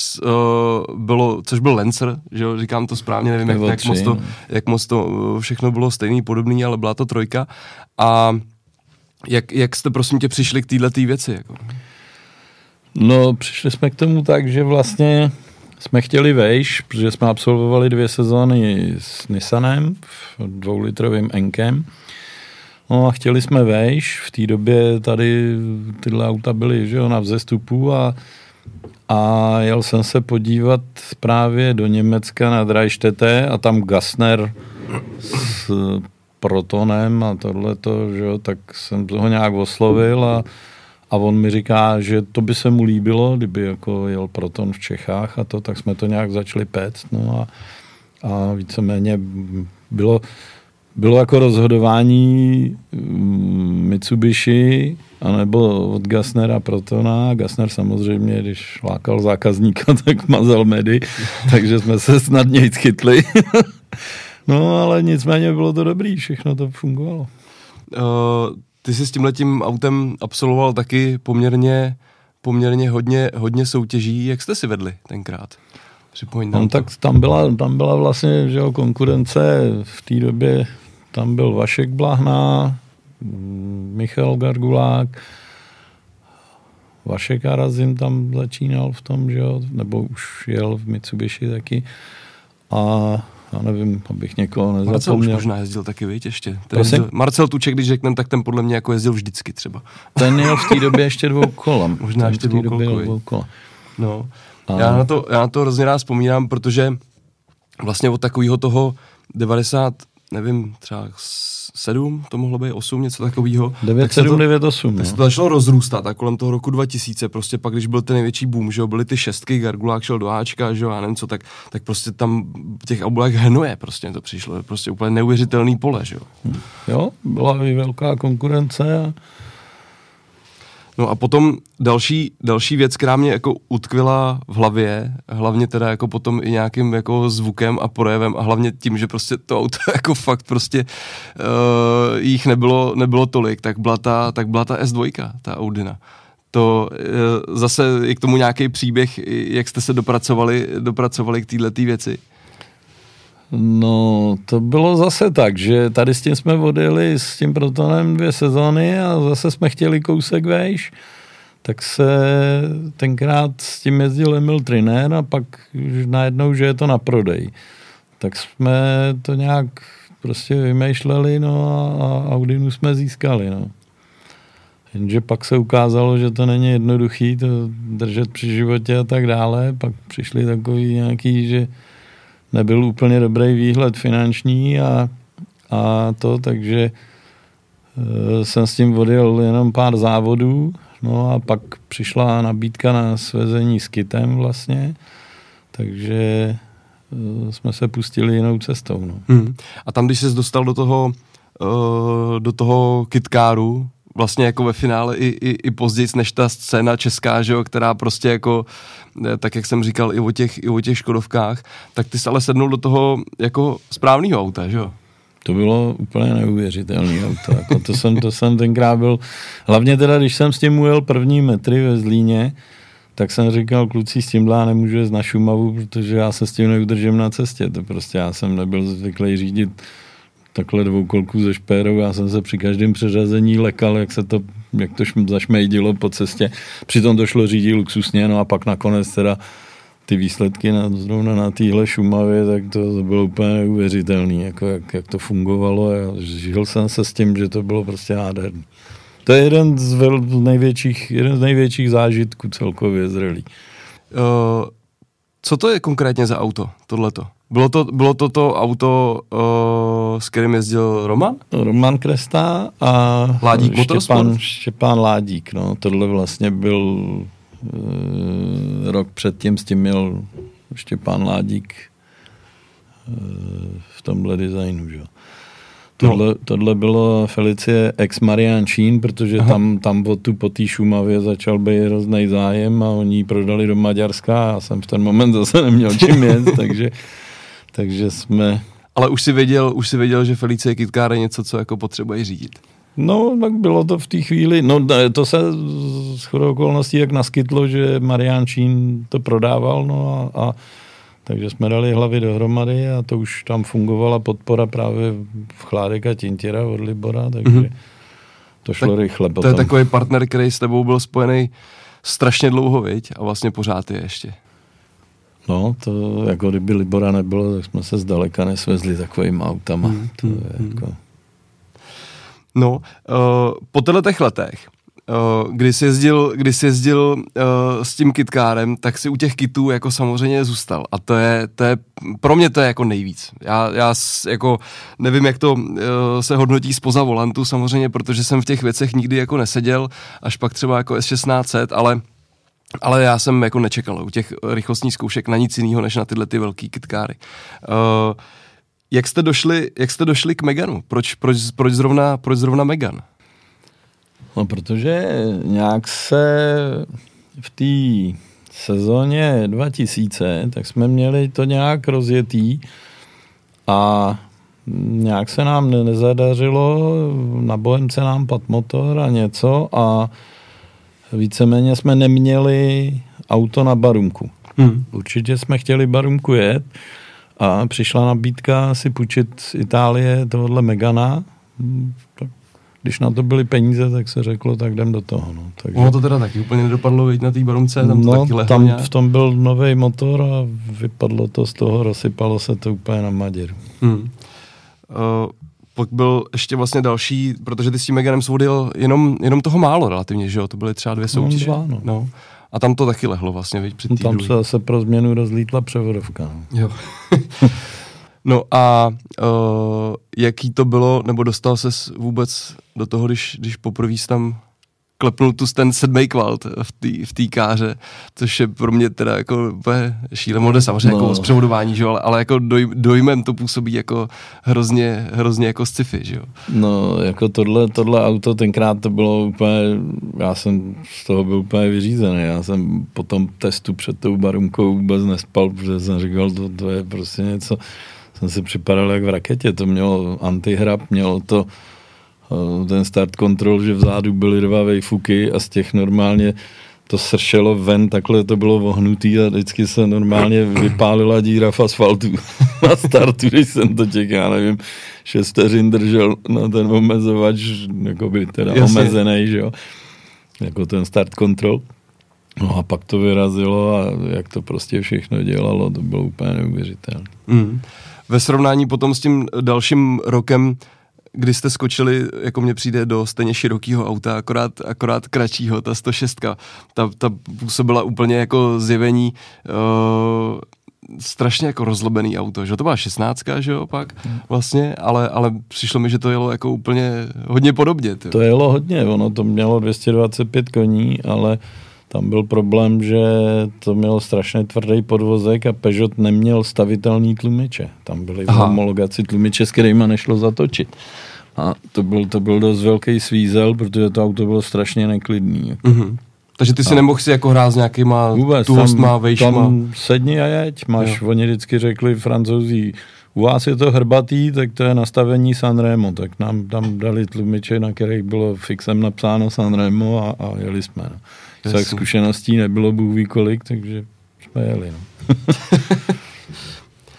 [SPEAKER 1] byl Lancer, že jo, říkám to správně, nevím, jak moc to všechno bylo stejný, podobný, ale byla to trojka. A jak jste prosím tě přišli k této věci? Jako?
[SPEAKER 2] No, přišli jsme k tomu tak, že vlastně jsme chtěli vejš, protože jsme absolvovali 2 sezóny s Nissanem, 2litrovým Enkem. No a chtěli jsme vejš, v té době tady tyhle auta byly, že jo, na vzestupu a jel jsem se podívat právě do Německa na Dreistätte a tam Gassner s Protonem a tohleto, že jo, tak jsem ho nějak oslovil a on mi říká, že to by se mu líbilo, kdyby jako jel Proton v Čechách a to, tak jsme to nějak začali péct, no a víceméně bylo jako rozhodování Mitsubishi anebo od Gassnera Protona. Gassner samozřejmě, když lákal zákazníka, tak mazal medy, takže jsme se snadněji chytli. No, ale nicméně bylo to dobrý, všechno to fungovalo.
[SPEAKER 1] Ty jsi s tímhletím autem absolvoval taky poměrně hodně soutěží. Jak jste si vedli tenkrát?
[SPEAKER 2] Tak tam byla vlastně, že jo, konkurence v té době. Tam byl Vašek Blahna, Michal Gargulák, Vašek Arazin tam začínal v tom, že jo, nebo už jel v Mitsubishi taky. A já nevím, abych někoho nezapomněl.
[SPEAKER 1] Marcel už možná jezdil taky, víš, ještě. Marcel Tuček, když řekneme, tak ten podle mě jako jezdil vždycky třeba.
[SPEAKER 2] Ten jel v té době ještě 2 kola.
[SPEAKER 1] Možná ještě 2 kola. No. Já na to hrozně rád vzpomínám, protože vlastně od takového toho 90, nevím, třeba 7, to mohlo být 8, něco takového.
[SPEAKER 2] 9-7, 9-8.
[SPEAKER 1] Tak se to začalo rozrůstat a kolem toho roku 2000, prostě pak, když byl ten největší boom, že jo, byly ty 6, Gargulák šel do Ačka, že jo, já nevím co, tak prostě tam těch autech hnoje prostě to přišlo, prostě úplně neuvěřitelný pole, že jo.
[SPEAKER 2] Jo, byla i velká konkurence.
[SPEAKER 1] No a potom další věc, která mě jako utkvila v hlavě, hlavně teda jako potom i nějakým jako zvukem a projevem a hlavně tím, že prostě to auto jako fakt prostě jich nebylo tolik, tak byla ta S2, ta Audina. To zase je k tomu nějaký příběh, jak jste se dopracovali k této věci.
[SPEAKER 2] No, to bylo zase tak, že tady s tím jsme odjeli s tím Protonem 2 sezóny a zase jsme chtěli kousek vejš, tak se tenkrát s tím jezdil Emil Trinér a pak už najednou, že je to na prodej. Tak jsme to nějak prostě vymýšleli, no a Audinu jsme získali, no. Jenže pak se ukázalo, že to není jednoduchý to držet při životě a tak dále, pak přišli takový nějaký, že nebyl úplně dobrý výhled finanční a to, takže jsem s tím odjel jenom pár závodů, no a pak přišla nabídka na svezení s kitem vlastně, takže jsme se pustili jinou cestou. No.
[SPEAKER 1] A tam, když ses dostal do toho kitkáru, vlastně jako ve finále i později než ta scéna česká, že jo, která prostě jako, tak jak jsem říkal, i o těch Škodovkách, tak ty jsi ale sednul do toho jako správného auta, že jo?
[SPEAKER 2] To bylo úplně neuvěřitelné auto. Jako to jsem tenkrát byl, hlavně teda, když jsem s tím ujel první metry ve Zlíně, tak jsem říkal, kluci, s tímhle já nemůžu jít na Šumavu, protože já se s tím neudržím na cestě. To prostě já jsem nebyl zvyklý řídit takhle 2kolku ze špérou, já jsem se při každém přeřazení lekal, jak to zašmejdilo po cestě. Přitom to šlo řídit luxusně, no a pak nakonec teda ty výsledky zrovna na téhle Šumavě, tak to bylo úplně neuvěřitelné, jako jak to fungovalo. A žil jsem se s tím, že to bylo prostě nádherný. To je jeden z největších zážitků celkově z rally.
[SPEAKER 1] Co to je konkrétně za auto, tohleto? Bylo to auto, s kterým jezdil Roman?
[SPEAKER 2] Roman Kresta a
[SPEAKER 1] Ládík Motorsport?
[SPEAKER 2] Štěpán Ládík. No. Tohle vlastně byl rok předtím, s tím měl Štěpán Ládík v tomhle designu. Že? Tohle bylo Felicie ex Marian Šín, protože tam po té Šumavě začal být hrozný zájem a oni ji prodali do Maďarska a já jsem v ten moment zase neměl čím jet, takže jsme...
[SPEAKER 1] Ale už si věděl, že Felicie Kitcar je něco, co jako potřebuje řídit.
[SPEAKER 2] No, tak bylo to v té chvíli, no to se shodou okolností jak naskytlo, že Marian Šín to prodával, no a takže jsme dali hlavy dohromady a to už tam fungovala podpora právě v Chládek a Tintěra od Libora, takže to šlo rychle potom.
[SPEAKER 1] To je takový partner, který s tebou byl spojený strašně dlouho, viď? A vlastně pořád je ještě.
[SPEAKER 2] No, to jako kdyby Libora nebylo, tak jsme se zdaleka nesvezli takovýma autama. To je jako...
[SPEAKER 1] No, po těch letech, kdy jsi jezdil s tím kitkárem, tak si u těch kitů jako samozřejmě zůstal. A to je pro mě to je jako nejvíc. Já jako nevím, jak to se hodnotí zpoza volantu samozřejmě, protože jsem v těch věcech nikdy jako neseděl, až pak třeba jako S1600, ale já jsem jako nečekal u těch rychlostních zkoušek na nic jiného, než na tyhle ty velký kitkáry. Jak jste došli k Meganu? Proč zrovna Megan?
[SPEAKER 2] No, protože nějak se v té sezóně 2000, tak jsme měli to nějak rozjetý a nějak se nám nezadařilo, na Bohemce nám padl motor a něco a víceméně jsme neměli auto na Barumku. Určitě jsme chtěli Barumku jet a přišla nabídka si půjčit z Itálie tohohle Megana. Když na to byly peníze, tak se řeklo, tak jdem do toho. No. Takže...
[SPEAKER 1] Ono to teda taky úplně nedopadlo, viď, na té Barumce, tam to taky lehlo
[SPEAKER 2] tam
[SPEAKER 1] nějak.
[SPEAKER 2] V tom byl nový motor a vypadlo to z toho, rozsypalo se to úplně na Maděru.
[SPEAKER 1] Pak byl ještě vlastně další, protože ty s tím Meganem svodil jenom toho málo relativně, že jo? To byly třeba 2 soutěže. No. A tam to taky lehlo vlastně, viď, při
[SPEAKER 2] Tam se zase pro změnu rozlítla převodovka. No.
[SPEAKER 1] Jo. No a jaký to bylo, nebo dostal ses vůbec do toho, když poprvé jsi tam klepnul ten 7. kvalt v té káře, což je pro mě teda jako úplně šílené, samozřejmě jako zpřevodování, že jo, ale jako dojmem to působí jako hrozně jako sci-fi, že jo.
[SPEAKER 2] No, jako tohle auto tenkrát to bylo úplně, já jsem z toho byl úplně vyřízený, já jsem po tom testu před tou Barumkou vůbec nespal, protože jsem říkal, to je prostě něco, jsem si připadal jak v raketě, to mělo antihrab, mělo to ten start control, že vzadu byly 2 vejfuky a z těch normálně to sršelo ven, takhle to bylo vohnutý a vždycky se normálně vypálila díra v asfaltu na startu, když jsem to já nevím, 6 vteřin držel na ten omezovač, jako by teda omezený, že jo, jako ten start control. No a pak to vyrazilo a jak to prostě všechno dělalo, to bylo úplně neuvěřitelné.
[SPEAKER 1] Ve srovnání potom s tím dalším rokem, kdy jste skočili, jako mně přijde, do stejně širokého auta, akorát kratšího, ta 106, ta působila úplně jako zjevení, strašně jako rozlobený auto, že to byla 16, že jo, pak vlastně, ale přišlo mi, že to jelo jako úplně hodně podobně.
[SPEAKER 2] To jelo hodně, ono to mělo 225 koní, ale tam byl problém, že to mělo strašně tvrdý podvozek a Peugeot neměl stavitelný tlumiče. Tam byly v homologaci tlumiče, s kterýma nešlo zatočit. A to byl dost velký svízel, protože to auto bylo strašně neklidný.
[SPEAKER 1] Takže ty si nemohl si jako hrát s nějakýma tuhostma, vejšma?
[SPEAKER 2] Tam sedni a jeď. Oni vždycky řekli Francouzí, u vás je to hrbatý, tak to je nastavení Sanremo. Tak nám tam dali tlumiče, na kterých bylo fixem napsáno Sanremo a jeli jsme. No. Tak zkušeností nebylo Bůh ví kolik, takže jsme jeli. No.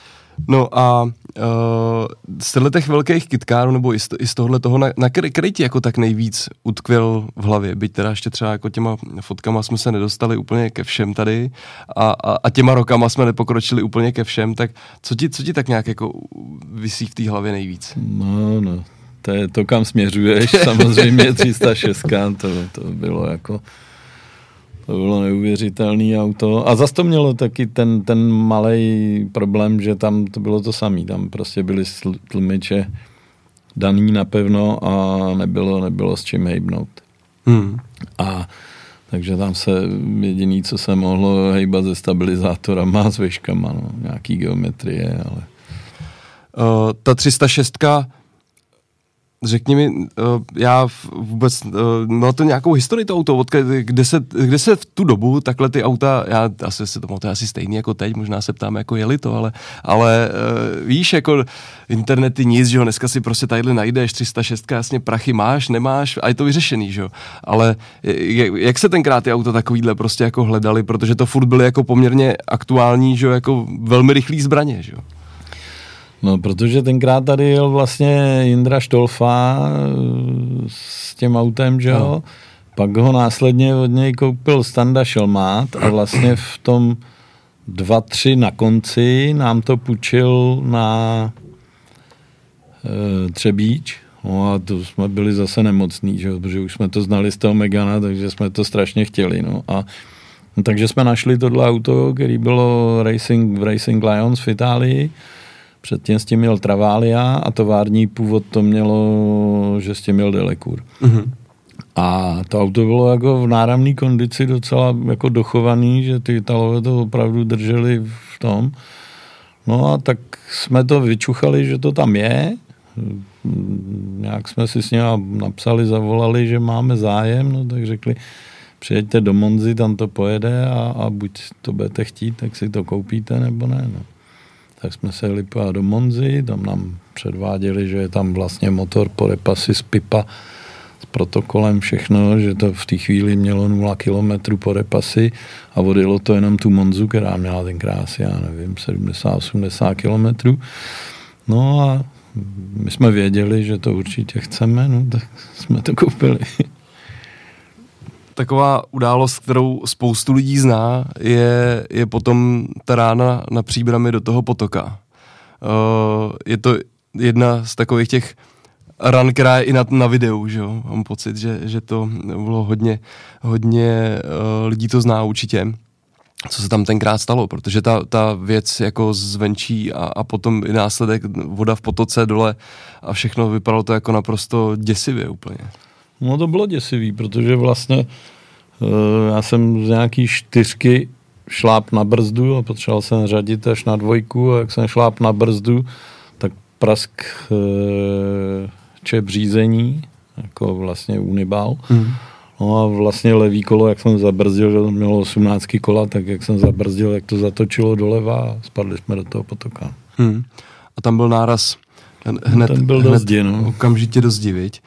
[SPEAKER 1] No a z těch velkých kytkárů, nebo i z tohohle toho, na který ti jako tak nejvíc utkvěl v hlavě, byť teda ještě třeba jako těma fotkama jsme se nedostali úplně ke všem tady a těma rokama jsme nepokročili úplně ke všem, tak co ti tak nějak jako visí v té hlavě nejvíc?
[SPEAKER 2] No, to je to, kam směřuješ, samozřejmě 306, to bylo jako... To bylo neuvěřitelné auto. A zas to mělo taky ten malej problém, že tam to bylo to samý. Tam prostě byly tlmiče daný napevno a nebylo s čím hejbnout. A takže tam se jediný, co se mohlo hejbat ze stabilizátorama, s veškama, no, nějaký geometrie, ale...
[SPEAKER 1] Ta 306, řekni mi, já vůbec, no to nějakou historii to auto, kde se v tu dobu takhle ty auta, já asi si to asi stejný jako teď, možná se ptám, jako jeli to, ale víš, jako internety nic, že jo, dneska si prostě tadyhle najdeš, 306, jasně prachy máš, nemáš a je to vyřešený, že jo, ale jak se tenkrát ty auta takovýhle prostě jako hledali, protože to furt byly jako poměrně aktuální, že jo, jako velmi rychlý zbraně, že jo.
[SPEAKER 2] No, protože tenkrát tady jel vlastně Jindra Štolfa s tím autem, že jo? Pak ho následně od něj koupil Standa Šelmát a vlastně v tom 2-3 na konci nám to půjčil na Třebíč. No a to jsme byli zase nemocní, že jo? Protože už jsme to znali z toho Megana, takže jsme to strašně chtěli, no. A takže jsme našli tohle auto, který bylo Racing Lions v Itálii. Předtím s tím měl Travalia a tovární původ to mělo, že s tím měl Delecour. A to auto bylo jako v náramné kondici docela jako dochovaný, že ty Italové to opravdu drželi v tom. No a tak jsme to vyčuchali, že to tam je. Nějak jsme si s ním napsali, zavolali, že máme zájem, no tak řekli, přijeďte do Monzy, tam to pojede a buď to budete chtít, tak si to koupíte, nebo ne, no. Tak jsme se jeli do Monzy, tam nám předváděli, že je tam vlastně motor po repasy z pipa s protokolem všechno, že to v té chvíli mělo 0 kilometrů po repasy a odjelo to jenom tu Monzu, která měla tenkrát asi, já nevím, 70-80 kilometrů. No a my jsme věděli, že to určitě chceme, no tak jsme to koupili.
[SPEAKER 1] Taková událost, kterou spoustu lidí zná, je potom ta rána na Příbrami do toho potoka. Je to jedna z takových těch ran, která je i na videu, že jo? Mám pocit, že to bylo hodně lidí to zná určitě, co se tam tenkrát stalo, protože ta věc jako zvenčí a potom i následek voda v potoce dole a všechno vypadalo to jako naprosto děsivě úplně.
[SPEAKER 2] No to bylo děsivý, protože vlastně já jsem z nějaký 4 šláp na brzdu a potřeboval jsem řadit až na 2 a jak jsem šláp na brzdu, tak prask čep řízení, jako vlastně unibal. No a vlastně levý kolo, jak jsem zabrzdil, že mělo 18 kola, tak jak jsem zabrzdil, jak to zatočilo doleva a spadli jsme do toho potoka.
[SPEAKER 1] A tam byl náraz hned okamžitě do zdi, viď?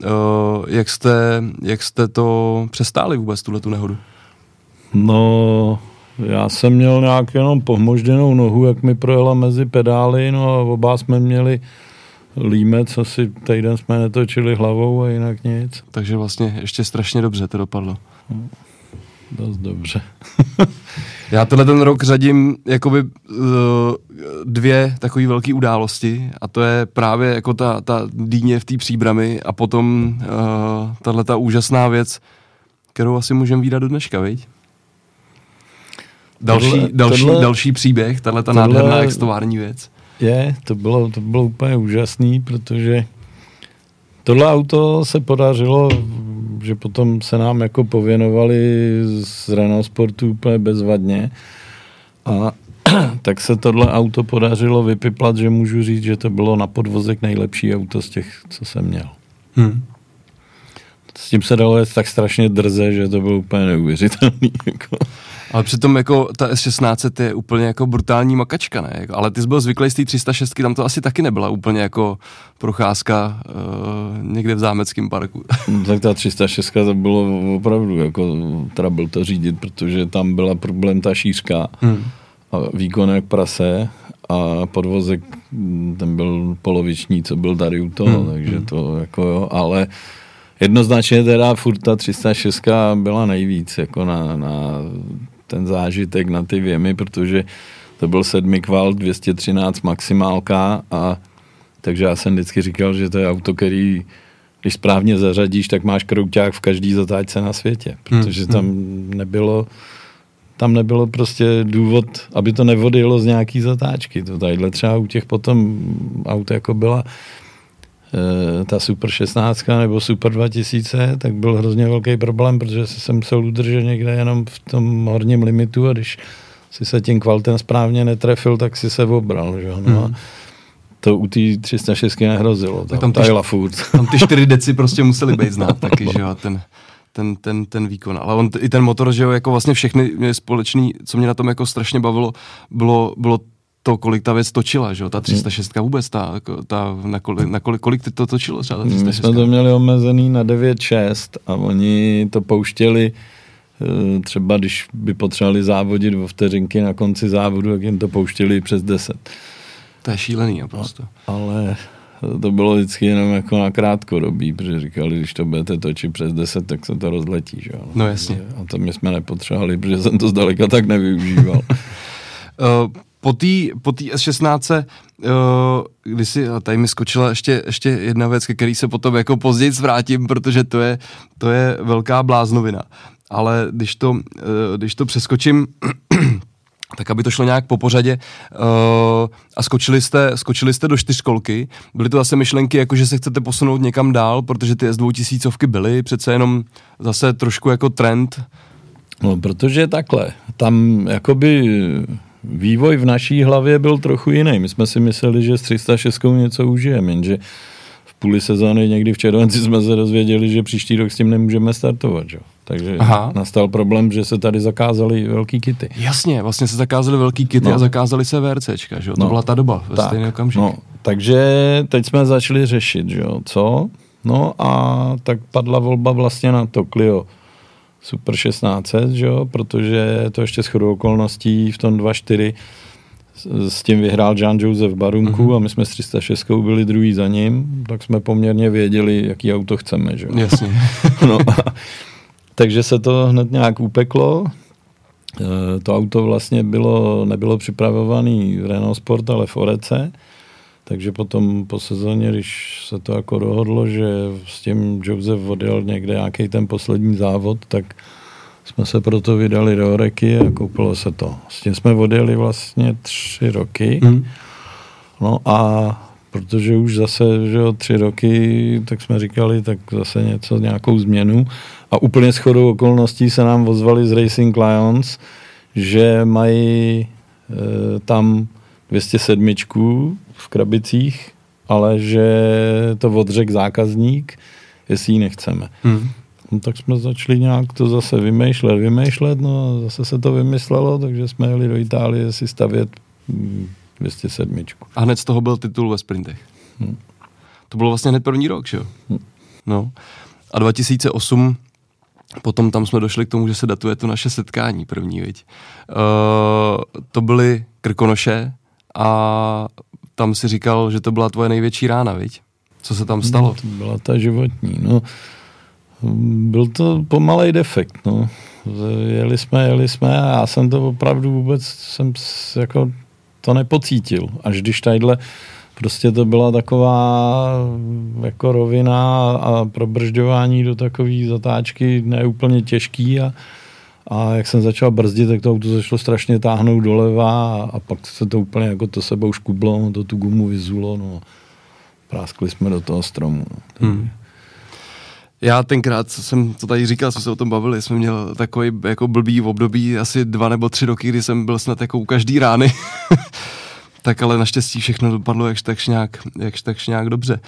[SPEAKER 1] Jak jste to přestáli vůbec, tuhletu nehodu?
[SPEAKER 2] No, já jsem měl nějak jenom pohmožděnou nohu, jak mi projela mezi pedály, no a oba jsme měli límec, asi týden jsme netočili hlavou a jinak nic.
[SPEAKER 1] Takže vlastně ještě strašně dobře to dopadlo.
[SPEAKER 2] Dost dobře.
[SPEAKER 1] Já tenhle ten rok řadím jakoby 2 takové velké události a to je právě jako ta dýně v té Příbrami a potom tahleta úžasná věc, kterou asi můžeme vídat do dneška, viď? Další příběh, tahleta nádherná extovární věc.
[SPEAKER 2] To bylo úplně úžasný, protože tohle auto se podařilo, že potom se nám jako pověnovali z Renault Sportu úplně bezvadně a tak se tohle auto podařilo vypiplat, že můžu říct, že to bylo na podvozek nejlepší auto z těch, co jsem měl. S tím se dalo jet tak strašně drze, že to bylo úplně neuvěřitelný. Jako.
[SPEAKER 1] Ale přitom jako ta S16 je úplně jako brutální makačka, ne? Ale ty jsi byl zvyklý z té 306, tam to asi taky nebyla úplně jako procházka někde v zámeckém parku.
[SPEAKER 2] Tak ta 306 to bylo opravdu jako trouble to řídit, protože tam byla problém ta šířka a výkon jak prase a podvozek, ten byl poloviční, co byl tady u toho, takže to jako jo, ale jednoznačně teda furt ta 306 byla nejvíc jako na ten zážitek, na ty věmy, protože to byl 7 kval, 213 maximálka a takže já jsem vždycky říkal, že to je auto, který když správně zařadíš, tak máš krouťák v každý zatáčce na světě, protože tam nebylo prostě důvod, aby to nevodilo z nějaký zatáčky. To tadyhle třeba u těch potom aut jako byla ta Super 16 nebo Super 2000, tak byl hrozně velký problém, protože se musel udržet někde jenom v tom horním limitu a když si se tím kvaltem správně netrefil, tak si se obral. Že? No a to u té 306 nehrozilo. Tam
[SPEAKER 1] ty 4 deci prostě museli být znát taky, že jo, ten výkon. Ale i ten motor, že jo, jako vlastně všechny společný, co mě na tom jako strašně bavilo, bylo to, kolik ta věc točila, že jo, ta 306 vůbec, kolik ty to točilo třeba ta 306?
[SPEAKER 2] My jsme to měli omezený na 9,6 a oni to pouštěli třeba, když by potřebovali závodit o vteřinky na konci závodu, tak jim to pouštěli přes 10.
[SPEAKER 1] To je šílený naprosto.
[SPEAKER 2] Ale to bylo vždycky jenom jako na krátkodobí, protože říkali, když to budete točit přes 10, tak se to rozletí, že jo.
[SPEAKER 1] No jasně.
[SPEAKER 2] A to my jsme nepotřebovali, protože jsem to zdaleka tak nevyužíval.
[SPEAKER 1] Po té S16, a tady mi skočila ještě jedna věc, ke který se potom jako později vrátím, protože to je velká bláznovina. Ale když to přeskočím, tak aby to šlo nějak po pořadě a skočili jste do 4kolky, byly to zase myšlenky, jako že se chcete posunout někam dál, protože ty S2000 byly přece jenom zase trošku jako trend.
[SPEAKER 2] No, protože takhle, tam jakoby vývoj v naší hlavě byl trochu jiný. My jsme si mysleli, že s 306 něco užijeme, jenže v půli sezóny někdy v červenci jsme se dozvěděli, že příští rok s tím nemůžeme startovat, jo. Takže nastal problém, že se tady zakázaly velký kity.
[SPEAKER 1] Jasně, vlastně se zakázaly velký kity a zakázaly se VRCčka, že jo? To byla ta doba, ve stejný okamžik. No,
[SPEAKER 2] takže teď jsme začali řešit, že jo, co? No a tak padla volba vlastně na to Clio Super 16, že jo, protože to ještě shodou okolností v tom 2.4 s tím vyhrál Jean-Joseph Barunku a my jsme s 306 byli druhý za ním, tak jsme poměrně věděli, jaký auto chceme, že jo.
[SPEAKER 1] Jasně.
[SPEAKER 2] No, takže se to hned nějak upeklo. To auto vlastně nebylo připravovaný v Renault Sport, ale v Orece. Takže potom po sezóně, když se to jako dohodlo, že s tím Joseph odjel někde nějaký ten poslední závod, tak jsme se proto vydali do Oreky a koupilo se to. S tím jsme odjeli vlastně 3 roky. No a protože už zase, že 3 roky, tak jsme říkali, tak zase nějakou změnu. A úplně shodou okolností se nám ozvali z Racing Lions, že mají tam 207 v krabicích, ale že to odřekl zákazník, jestli ji nechceme. No, tak jsme začali nějak to zase vymýšlet, no a zase se to vymyslelo, takže jsme jeli do Itálie si stavět 207.
[SPEAKER 1] A hned z toho byl titul ve sprintech. To bylo vlastně hned první rok, že jo? No. A 2008, potom tam jsme došli k tomu, že se datuje to naše setkání první, viď? To byly Krkonoše a tam si říkal, že to byla tvoje největší rána, viď? Co se tam stalo?
[SPEAKER 2] To byla ta životní, no. Byl to pomalej defekt, no. Jeli jsme a já jsem to opravdu vůbec jako to nepocítil. Až když tadyhle prostě to byla taková jako rovina a probržďování do takové zatáčky neúplně těžký a jak jsem začal brzdit, tak to auto začalo strašně táhnout doleva a pak se to úplně jako to sebou škublo, to tu gumu vyzulo, no. Práskli jsme do toho stromu. No.
[SPEAKER 1] Já tenkrát, co jsem to tady říkal, jsme se o tom bavili, jsme měl takový jako blbý období, asi 2 nebo 3 roky, kdy jsem byl snad jako u každý rány. Tak ale naštěstí všechno dopadlo jakž takž nějak dobře.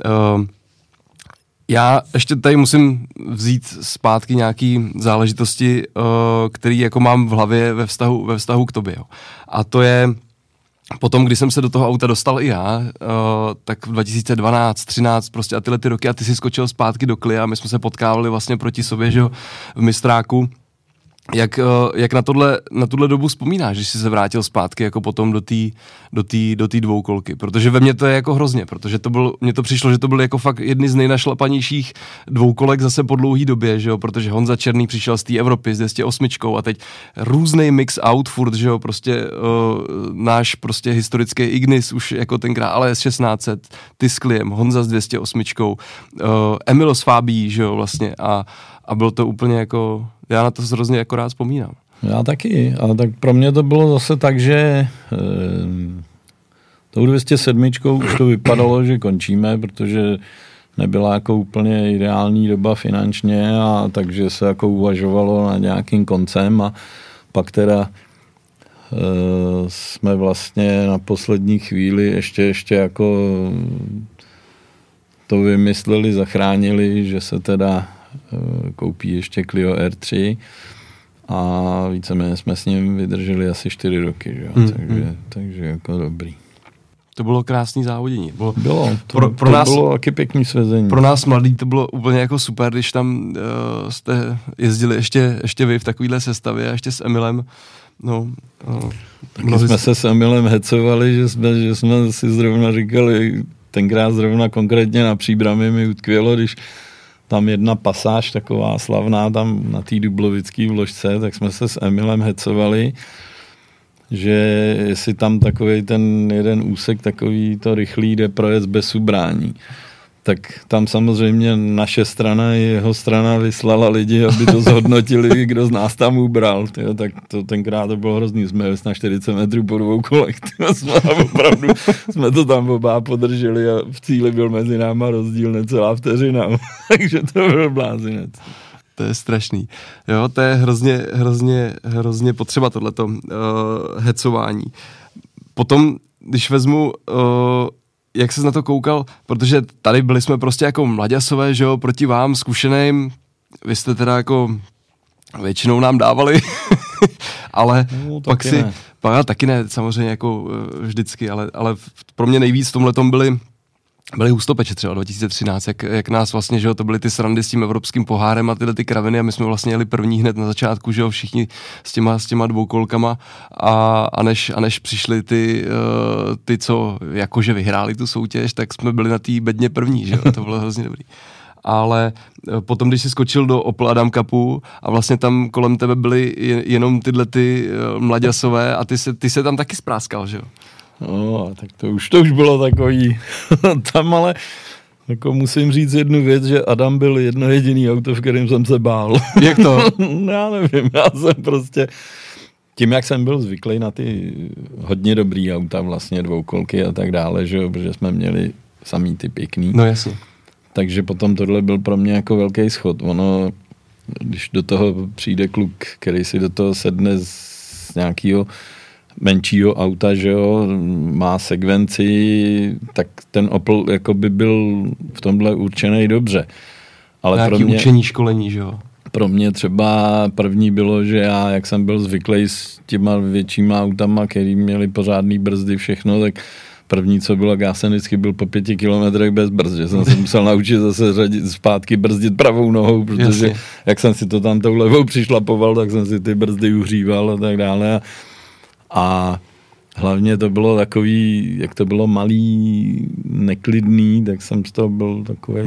[SPEAKER 1] Já ještě tady musím vzít zpátky nějaký záležitosti, který jako mám v hlavě ve vztahu k tobě. Jo. A to je potom, když jsem se do toho auta dostal i já, tak v 2012, 13 prostě a tyhle ty roky a ty si skočil zpátky do Clia a my jsme se potkávali vlastně proti sobě, že jo, v Mistráku. Jak na tuhle dobu vzpomínáš, když jsi se vrátil zpátky jako potom do té dvoukolky, protože ve mně to je jako hrozně, protože mně to přišlo, že to byly jako fakt jedny z nejnašlapanějších dvoukolek zase po dlouhý době, že jo, protože Honza Černý přišel z té Evropy s 208 a teď různej mix out furt, že jo, prostě náš prostě historický Ignis už jako tenkrát, ale s 1600, ty s Kliem, Honza s 208, Emil s Fábí, že jo, vlastně a bylo to úplně jako, já na to hrozně jako rád vzpomínám.
[SPEAKER 2] Já taky, ale tak pro mě to bylo zase tak, že tou 207 už to vypadalo, že končíme, protože nebyla jako úplně ideální doba finančně a takže se jako uvažovalo nad nějakým koncem a pak teda jsme vlastně na poslední chvíli ještě jako to vymysleli, zachránili, že se teda koupí ještě Clio R3 a víceméně jsme s ním vydrželi asi 4 roky, že jo? Takže jako dobrý.
[SPEAKER 1] To bylo krásný závodění.
[SPEAKER 2] Bylo, to nás, bylo taky pěkný svezení.
[SPEAKER 1] Pro nás mladý to bylo úplně jako super, když tam jste jezdili ještě vy v takovýhle sestavě a ještě s Emilem.
[SPEAKER 2] Taky jsme se s Emilem hecovali, že jsme si zrovna říkali, tenkrát zrovna konkrétně na Příbrami mi utkvělo, když tam jedna pasáž taková slavná tam na té dublovické vložce, tak jsme se s Emilem hecovali, že jestli tam takovej ten jeden úsek takový to rychlý jde projet bez ubrání. Tak tam samozřejmě naše strana i jeho strana vyslala lidi, aby to zhodnotili, kdo z nás tam ubral. Tyjo, tak to tenkrát to bylo hrozný. Jsme jeli na 40 metrů po 2 kolech. Opravdu jsme to tam oba podrželi a v cíli byl mezi náma rozdíl necelá vteřina. Takže to byl blázinec.
[SPEAKER 1] To je strašný. Jo, to je hrozně potřeba tohleto hecování. Potom, když vezmu jak ses na to koukal, protože tady byli jsme prostě jako mlaďasové, že jo, proti vám, zkušeným, vy jste teda jako většinou nám dávali, ale pak si, taky ne, samozřejmě jako vždycky, ale pro mě nejvíc v tomhletom byli Hustopeče třeba 2013, jak nás vlastně, že jo, to byly ty srandy s tím evropským pohárem a tyhle ty kraviny a my jsme vlastně jeli první hned na začátku, že jo, všichni s těma dvoukolkama a než přišli ty, co jakože vyhráli tu soutěž, tak jsme byli na té bedně první, že jo, to bylo hrozně dobrý. Ale potom, když jsi skočil do Opel Adam Cupu a vlastně tam kolem tebe byly jenom tyhle ty mlaďasové a ty se tam taky spráskal, že jo?
[SPEAKER 2] No, tak to už bylo takový, tam ale jako musím říct jednu věc, že Adam byl jedno jediný auto, v kterém jsem se bál.
[SPEAKER 1] Jak to?
[SPEAKER 2] Já nevím, já jsem prostě, tím jak jsem byl zvyklý na ty hodně dobrý auta, vlastně dvoukolky a tak dále, že jo, protože jsme měli samý ty pěkný.
[SPEAKER 1] No jasně.
[SPEAKER 2] Takže potom tohle byl pro mě jako velký schod. Ono, když do toho přijde kluk, který si do toho sedne z nějakého menšího auta, že jo, má sekvenci, tak ten Opel jako by byl v tomhle určený dobře. Ale
[SPEAKER 1] nějaký
[SPEAKER 2] pro mě,
[SPEAKER 1] učení, školení, že jo?
[SPEAKER 2] Pro mě třeba první bylo, že já, jak jsem byl zvyklý s těma většíma autama, který měli pořádný brzdy, všechno, tak první, co bylo, já jsem vždycky byl po 5 kilometrech bez brzd, že jsem se musel naučit zase řadit zpátky brzdit pravou nohou, protože jasně. Jak jsem si to tam tou levou přišlapoval, tak jsem si ty brzdy uhříval a tak dále. A hlavně to bylo takový, jak to bylo malý, neklidný, tak jsem z toho byl takový.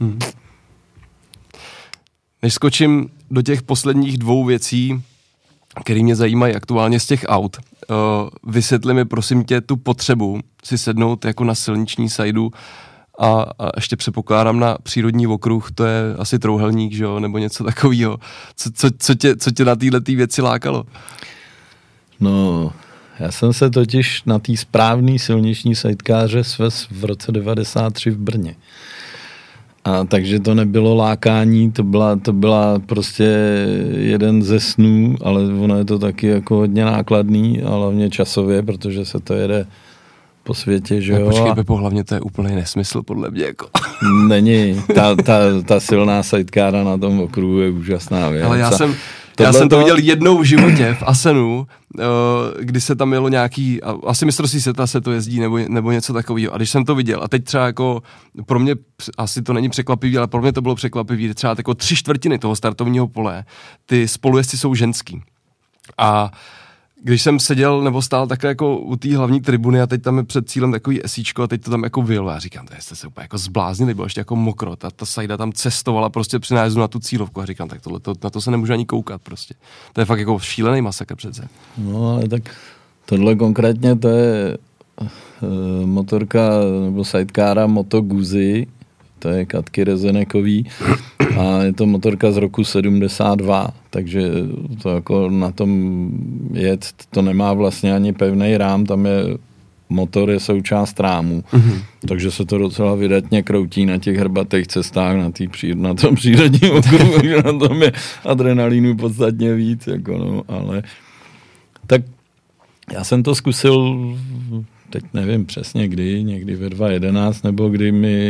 [SPEAKER 1] Než skočím do těch posledních 2 věcí, které mě zajímají aktuálně z těch aut, vysvětli mi prosím tě tu potřebu si sednout jako na silniční sajdu a ještě předpokládám na přírodní okruh, to je asi trouhelník, že jo, nebo něco takového. Co tě na této věci lákalo?
[SPEAKER 2] No, já jsem se totiž na té správné silniční sidekáře svez v roce 93 v Brně. A takže to nebylo lákání, to byla prostě jeden ze snů, ale ono je to taky jako hodně nákladný, a hlavně časově, protože se to jede po světě, že jo.
[SPEAKER 1] Počkej, Pepo, hlavně to je úplný nesmysl, podle mě, jako.
[SPEAKER 2] Není, ta silná sidekára na tom okruhu je úžasná věc.
[SPEAKER 1] Ale Já jsem to viděl jednou v životě v Asenu, kdy se tam jelo nějaký, asi mistrovství světa se to jezdí, nebo něco takového. A když jsem to viděl, a teď třeba jako pro mě, asi to není překvapivý, ale pro mě to bylo překvapivý, třeba jako 3/4 toho startovního pole, ty spolujezdci jsou ženský. A když jsem seděl nebo stál takhle jako u té hlavní tribuny a teď tam je před cílem takový esíčko a teď to tam jako vyjelo. Já říkám, to jste se úplně jako zbláznili, bylo ještě jako mokro. Ta sajda tam cestovala prostě při nájezdu na tu cílovku a říkám, tak na to se nemůžu ani koukat prostě. To je fakt jako šílený masakr přece.
[SPEAKER 2] No ale tak tohle konkrétně to je motorka nebo sidecara Moto Guzzi, to je Katky Rezenekový a je to motorka z roku 72, takže to jako na tom jet, to nemá vlastně ani pevný rám, tam je motor je součást rámu, takže se to docela vydatně kroutí na těch hrbatých cestách, na tom přírodním okruhu, takže na tom je adrenalínu podstatně víc, jako no, ale tak já jsem to zkusil, teď nevím přesně kdy, někdy ve 2011, nebo kdy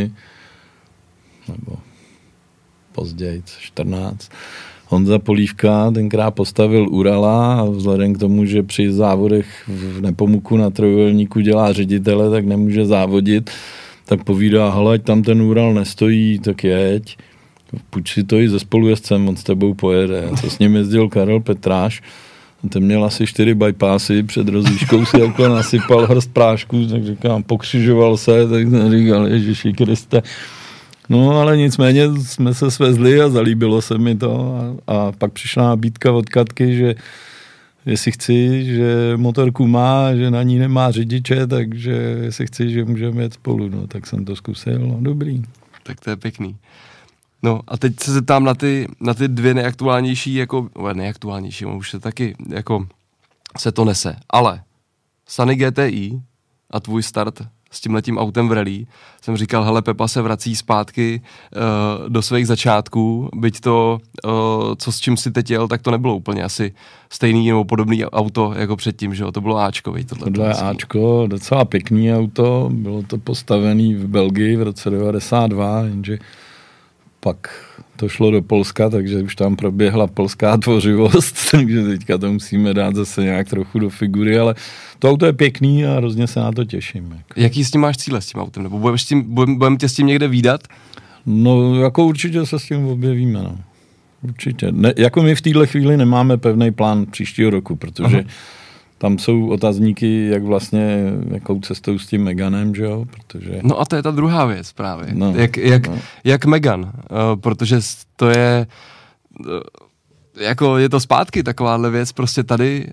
[SPEAKER 2] nebo později, 14. Honza Polívka tenkrát postavil Urala a vzhledem k tomu, že při závodech v Nepomuku na trojúhelníku dělá ředitele, tak nemůže závodit, tak povídá, hele, tam ten Ural nestojí, tak jeď, půjč si to i se spolujezdcem, on s tebou pojede. A to s ním jezdil Karel Petráš, ten měl asi 4 bypassy, před rozjížďkou si jako nasypal hrst prášku, tak říkám, pokřižoval se, tak jsem říkal, Ježiši Kriste. No, ale nicméně jsme se svezli a zalíbilo se mi to a pak přišla nabídka od Katky, že jestli chci, že motorku má, že na ní nemá řidiče, takže jestli chci, že můžeme jet spolu, no, tak jsem to zkusil, no, dobrý.
[SPEAKER 1] Tak to je pěkný. No a teď se zeptám na ty dvě nejaktuálnější, jako, nejaktuálnější, už se taky, jako, se to nese, ale Sunny GTI a tvůj start s tímhletím autem v rally, jsem říkal, hele, Pepa se vrací zpátky do svých začátků, byť to, co s čím si teď jel, tak to nebylo úplně asi stejný nebo podobný auto jako předtím, že jo, to bylo Ačko,
[SPEAKER 2] Tohle je Ačko, docela pěkný auto, bylo to postavený v Belgii v roce 92, jenže pak to šlo do Polska, takže už tam proběhla polská tvořivost, takže teďka to musíme dát zase nějak trochu do figury, ale to auto je pěkný a hrozně se na to těším. Jako.
[SPEAKER 1] Jaký s tím máš cíle s tím autem? Nebo budeme tě s tím někde vídat?
[SPEAKER 2] No, jako určitě se s tím objevíme, no. Určitě. Ne, jako my v téhle chvíli nemáme pevný plán příštího roku, protože tam jsou otazníky, jak vlastně, jakou cestou s tím Meganem, že jo, protože...
[SPEAKER 1] No a to je ta druhá věc právě. No, jak Megan, protože to je... Jako je to zpátky takováhle věc prostě tady,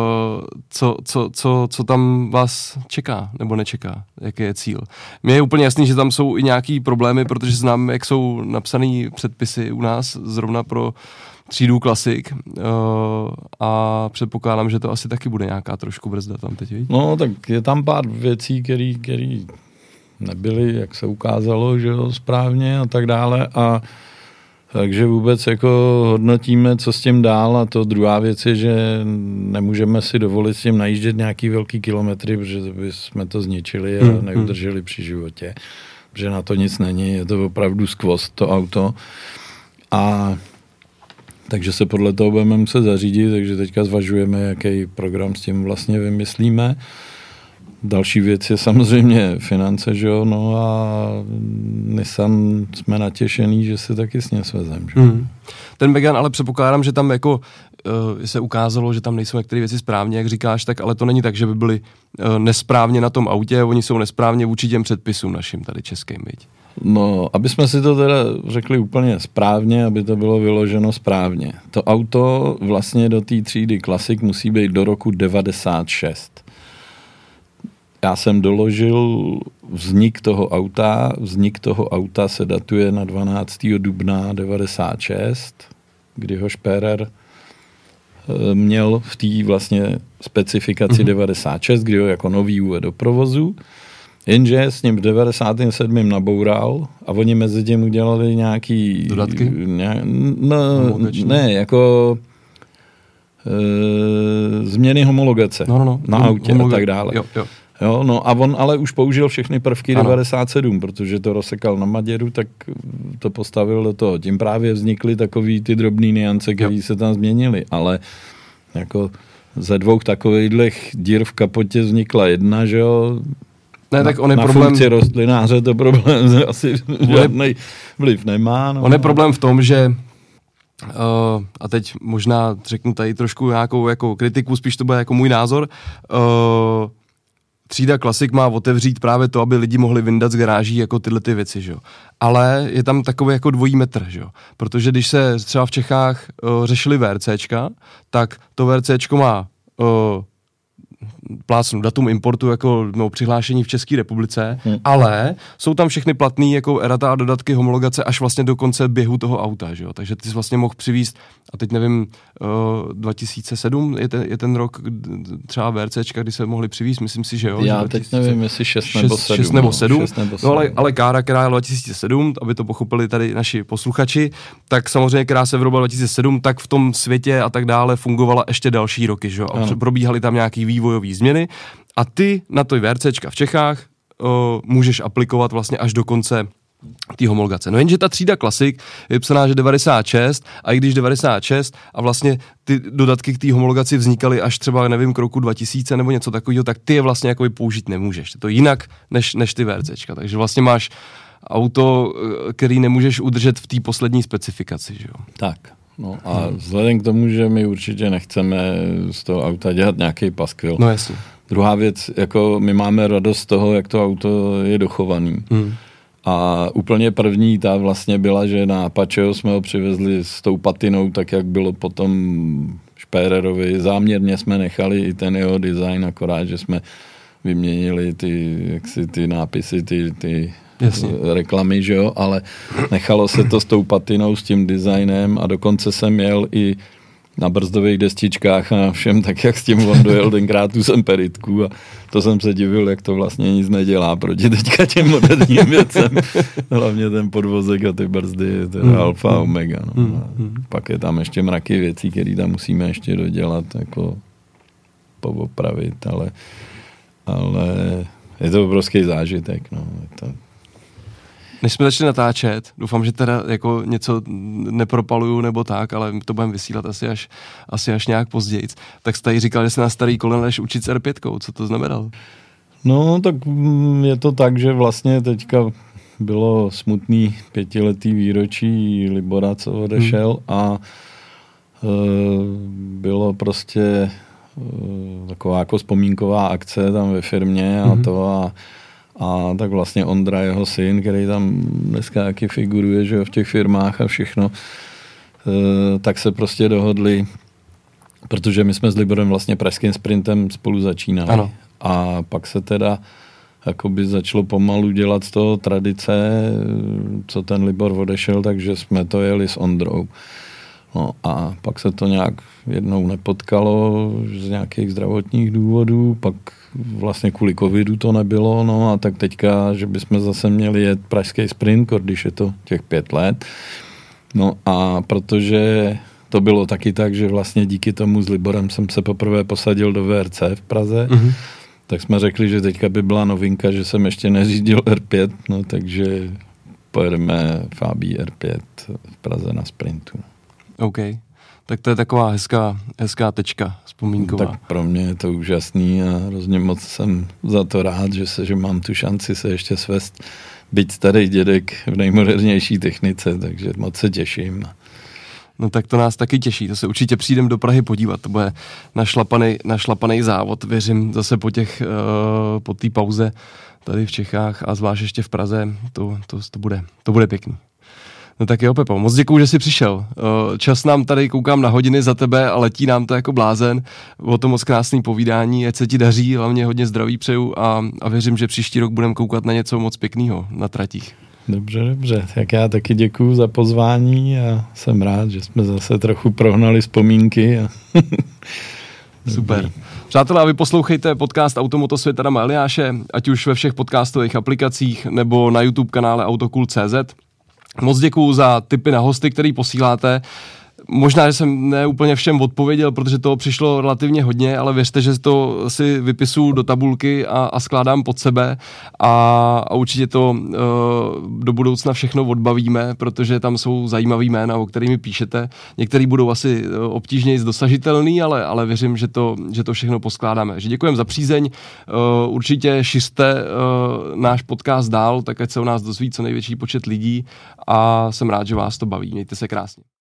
[SPEAKER 1] co tam vás čeká nebo nečeká, jaký je cíl. Mně je úplně jasný, že tam jsou i nějaký problémy, protože znám, jak jsou napsaný předpisy u nás zrovna pro třídu klasik a předpokládám, že to asi taky bude nějaká trošku brzda tam teď, víš?
[SPEAKER 2] No tak je tam pár věcí, které nebyly, jak se ukázalo, že jo, správně a tak dále a takže vůbec jako hodnotíme, co s tím dál a to druhá věc je, že nemůžeme si dovolit s tím najíždět nějaký velký kilometry, protože bychom to zničili a neudrželi při životě. Protože na to nic není, je to opravdu skvost to auto. A takže se podle toho budeme muset zařídit, takže teďka zvažujeme, jaký program s tím vlastně vymyslíme. Další věc je samozřejmě finance, že jo, no a Nissan jsme natěšený, že se taky s ním svezem, že?
[SPEAKER 1] Ten Megane, ale předpokládám, že tam jako se ukázalo, že tam nejsou některé věci správně, jak říkáš, tak ale to není tak, že by byly nesprávně na tom autě, oni jsou nesprávně vůči těm předpisům našim tady českým, viď?
[SPEAKER 2] No, aby jsme si to teda řekli úplně správně, aby to bylo vyloženo správně. To auto vlastně do té třídy Classic musí být do roku 96. Já jsem doložil vznik toho auta. Vznik toho auta se datuje na 12. dubna 96, kdy ho Šperer měl v té vlastně specifikaci 96, kdy ho jako nový uvedl do provozu. Jenže s ním v 97. naboural a oni mezi tím udělali nějaký...
[SPEAKER 1] Dodatky?
[SPEAKER 2] Ne, jako... změny homologace na autě a tak dále.
[SPEAKER 1] Jo.
[SPEAKER 2] Jo, no a on ale už použil všechny prvky 97, protože to rozsekal na maděru, tak to postavil do toho. Tím právě vznikly takový ty drobný niance, které se tam změnily, ale jako ze 2 takových dír v kapotě vznikla jedna, že jo.
[SPEAKER 1] Ne, tak on je
[SPEAKER 2] na
[SPEAKER 1] problém...
[SPEAKER 2] funkci rostlináře to problém asi žádnej vliv nemá. No.
[SPEAKER 1] On je problém v tom, že a teď možná řeknu tady trošku nějakou jako kritiku, spíš to bude jako můj názor, třída Classic má otevřít právě to, aby lidi mohli vyndat z garáží jako tyhle ty věci, že jo. Ale je tam takový jako dvojí metr, že jo. Protože když se třeba v Čechách řešili VRCčka, tak to VRCčko má plácnu datum importu jako přihlášení v České republice, ale jsou tam všechny platný jako erata a dodatky homologace až vlastně do konce běhu toho auta, že jo? Takže ty jsi vlastně mohl přivízt, a teď nevím, 2007 je ten rok třeba VRCčka, kdy se mohli přivízt, myslím si, že jo?
[SPEAKER 2] Já teď nevím, jestli 6 nebo 7.
[SPEAKER 1] 6 nebo 7. No ale Kára, která je 2007, aby to pochopili tady naši posluchači, tak samozřejmě, která se vyrobila 2007, tak v tom světě a tak dále fungovala ještě další roky, že jo? A probíhaly tam nějaký vývojový změny a ty na to VRCčka v Čechách můžeš aplikovat vlastně až do konce té homologace. No jenže ta třída Classic je psaná, že 96 a i když 96 a vlastně ty dodatky k té homologaci vznikaly až třeba, nevím, k roku 2000 nebo něco takového, tak ty je vlastně jakoby použít nemůžeš. Je to jinak než ty VRCčka. Takže vlastně máš auto, který nemůžeš udržet v té poslední specifikaci, že jo?
[SPEAKER 2] Tak. No a vzhledem k tomu, že my určitě nechceme z toho auta dělat nějaký paskvil.
[SPEAKER 1] No jasně.
[SPEAKER 2] Druhá věc, jako my máme radost z toho, jak to auto je dochovaný. A úplně první ta vlastně byla, že na Apacheho jsme ho přivezli s tou patinou, tak jak bylo potom Špérerovi. Záměrně jsme nechali i ten jeho design, akorát, že jsme vyměnili ty nápisy, ty reklamy, že jo, ale nechalo se to s tou patinou, s tím designem a dokonce jsem jel i na brzdových destičkách a všem, tak jak s tím on dojel tenkrát tu Semperitku a to jsem se divil, jak to vlastně nic nedělá proti teďka těm moderním věcem. Hlavně ten podvozek a ty brzdy, to je alfa a omega. No. Pak je tam ještě mraky věcí, které tam musíme ještě dodělat, jako poopravit, ale je to obrovský zážitek. No.
[SPEAKER 1] Než jsme začali natáčet, doufám, že teda jako něco nepropaluju nebo tak, ale to budeme vysílat asi až nějak později. Tak jsi tady říkal, že se na starý kolena jdeš učit s R5, co to znamenalo?
[SPEAKER 2] No, tak je to tak, že vlastně teďka bylo smutný 5letý výročí Libora, co odešel a bylo prostě taková jako vzpomínková akce tam ve firmě a to a tak vlastně Ondra, jeho syn, který tam dneska taky figuruje, že jo, v těch firmách a všechno, tak se prostě dohodli, protože my jsme s Liborem vlastně pražským sprintem spolu začínali. Ano. A pak se teda jakoby začalo pomalu dělat z toho tradice, co ten Libor odešel, takže jsme to jeli s Ondrou. No a pak se to nějak jednou nepotkalo z nějakých zdravotních důvodů, pak vlastně kvůli covidu to nebylo, no a tak teďka, že bychom zase měli jet pražský sprint, když je to těch 5 let. No a protože to bylo taky tak, že vlastně díky tomu s Liborem jsem se poprvé posadil do VRC v Praze, tak jsme řekli, že teďka by byla novinka, že jsem ještě neřídil R5, no takže pojedeme Fabí R5 v Praze na sprintu.
[SPEAKER 1] OK. Tak to je taková hezká tečka vzpomínková.
[SPEAKER 2] Tak pro mě je to úžasný a hrozně moc jsem za to rád, že mám tu šanci se ještě svést, být starý dědek v nejmodernější technice, takže moc se těším.
[SPEAKER 1] No tak to nás taky těší, to se určitě přijdem do Prahy podívat, to bude našlapaný závod, věřím zase po té pauze tady v Čechách a zvlášť ještě v Praze, to bude pěkný. No tak jo, Pepo, moc děkuju, že jsi přišel. Čas nám tady, koukám na hodiny za tebe a letí nám to jako blázen. Bylo to moc krásný povídání, ať se ti daří, hlavně hodně zdraví přeju a věřím, že příští rok budeme koukat na něco moc pěkného na tratích.
[SPEAKER 2] Dobře. Tak já taky děkuju za pozvání a jsem rád, že jsme zase trochu prohnali vzpomínky.
[SPEAKER 1] Super. Přátelé, a vy poslouchejte podcast Automotosvět Adama Eliáše, ať už ve všech podcastových aplikacích nebo na YouTube kanále Autocool.cz. Moc děkuju za tipy na hosty, který posíláte. Možná, že jsem ne úplně všem odpověděl, protože toho přišlo relativně hodně, ale věřte, že to si vypisuju do tabulky a skládám pod sebe a určitě to do budoucna všechno odbavíme, protože tam jsou zajímavý jména, o kterými píšete. Některý budou asi obtížněji dosažitelný, ale věřím, že to všechno poskládáme. Že děkujeme za přízeň, určitě šiřte náš podcast dál, tak ať se o nás dozví co největší počet lidí a jsem rád, že vás to baví. Mějte se krásně.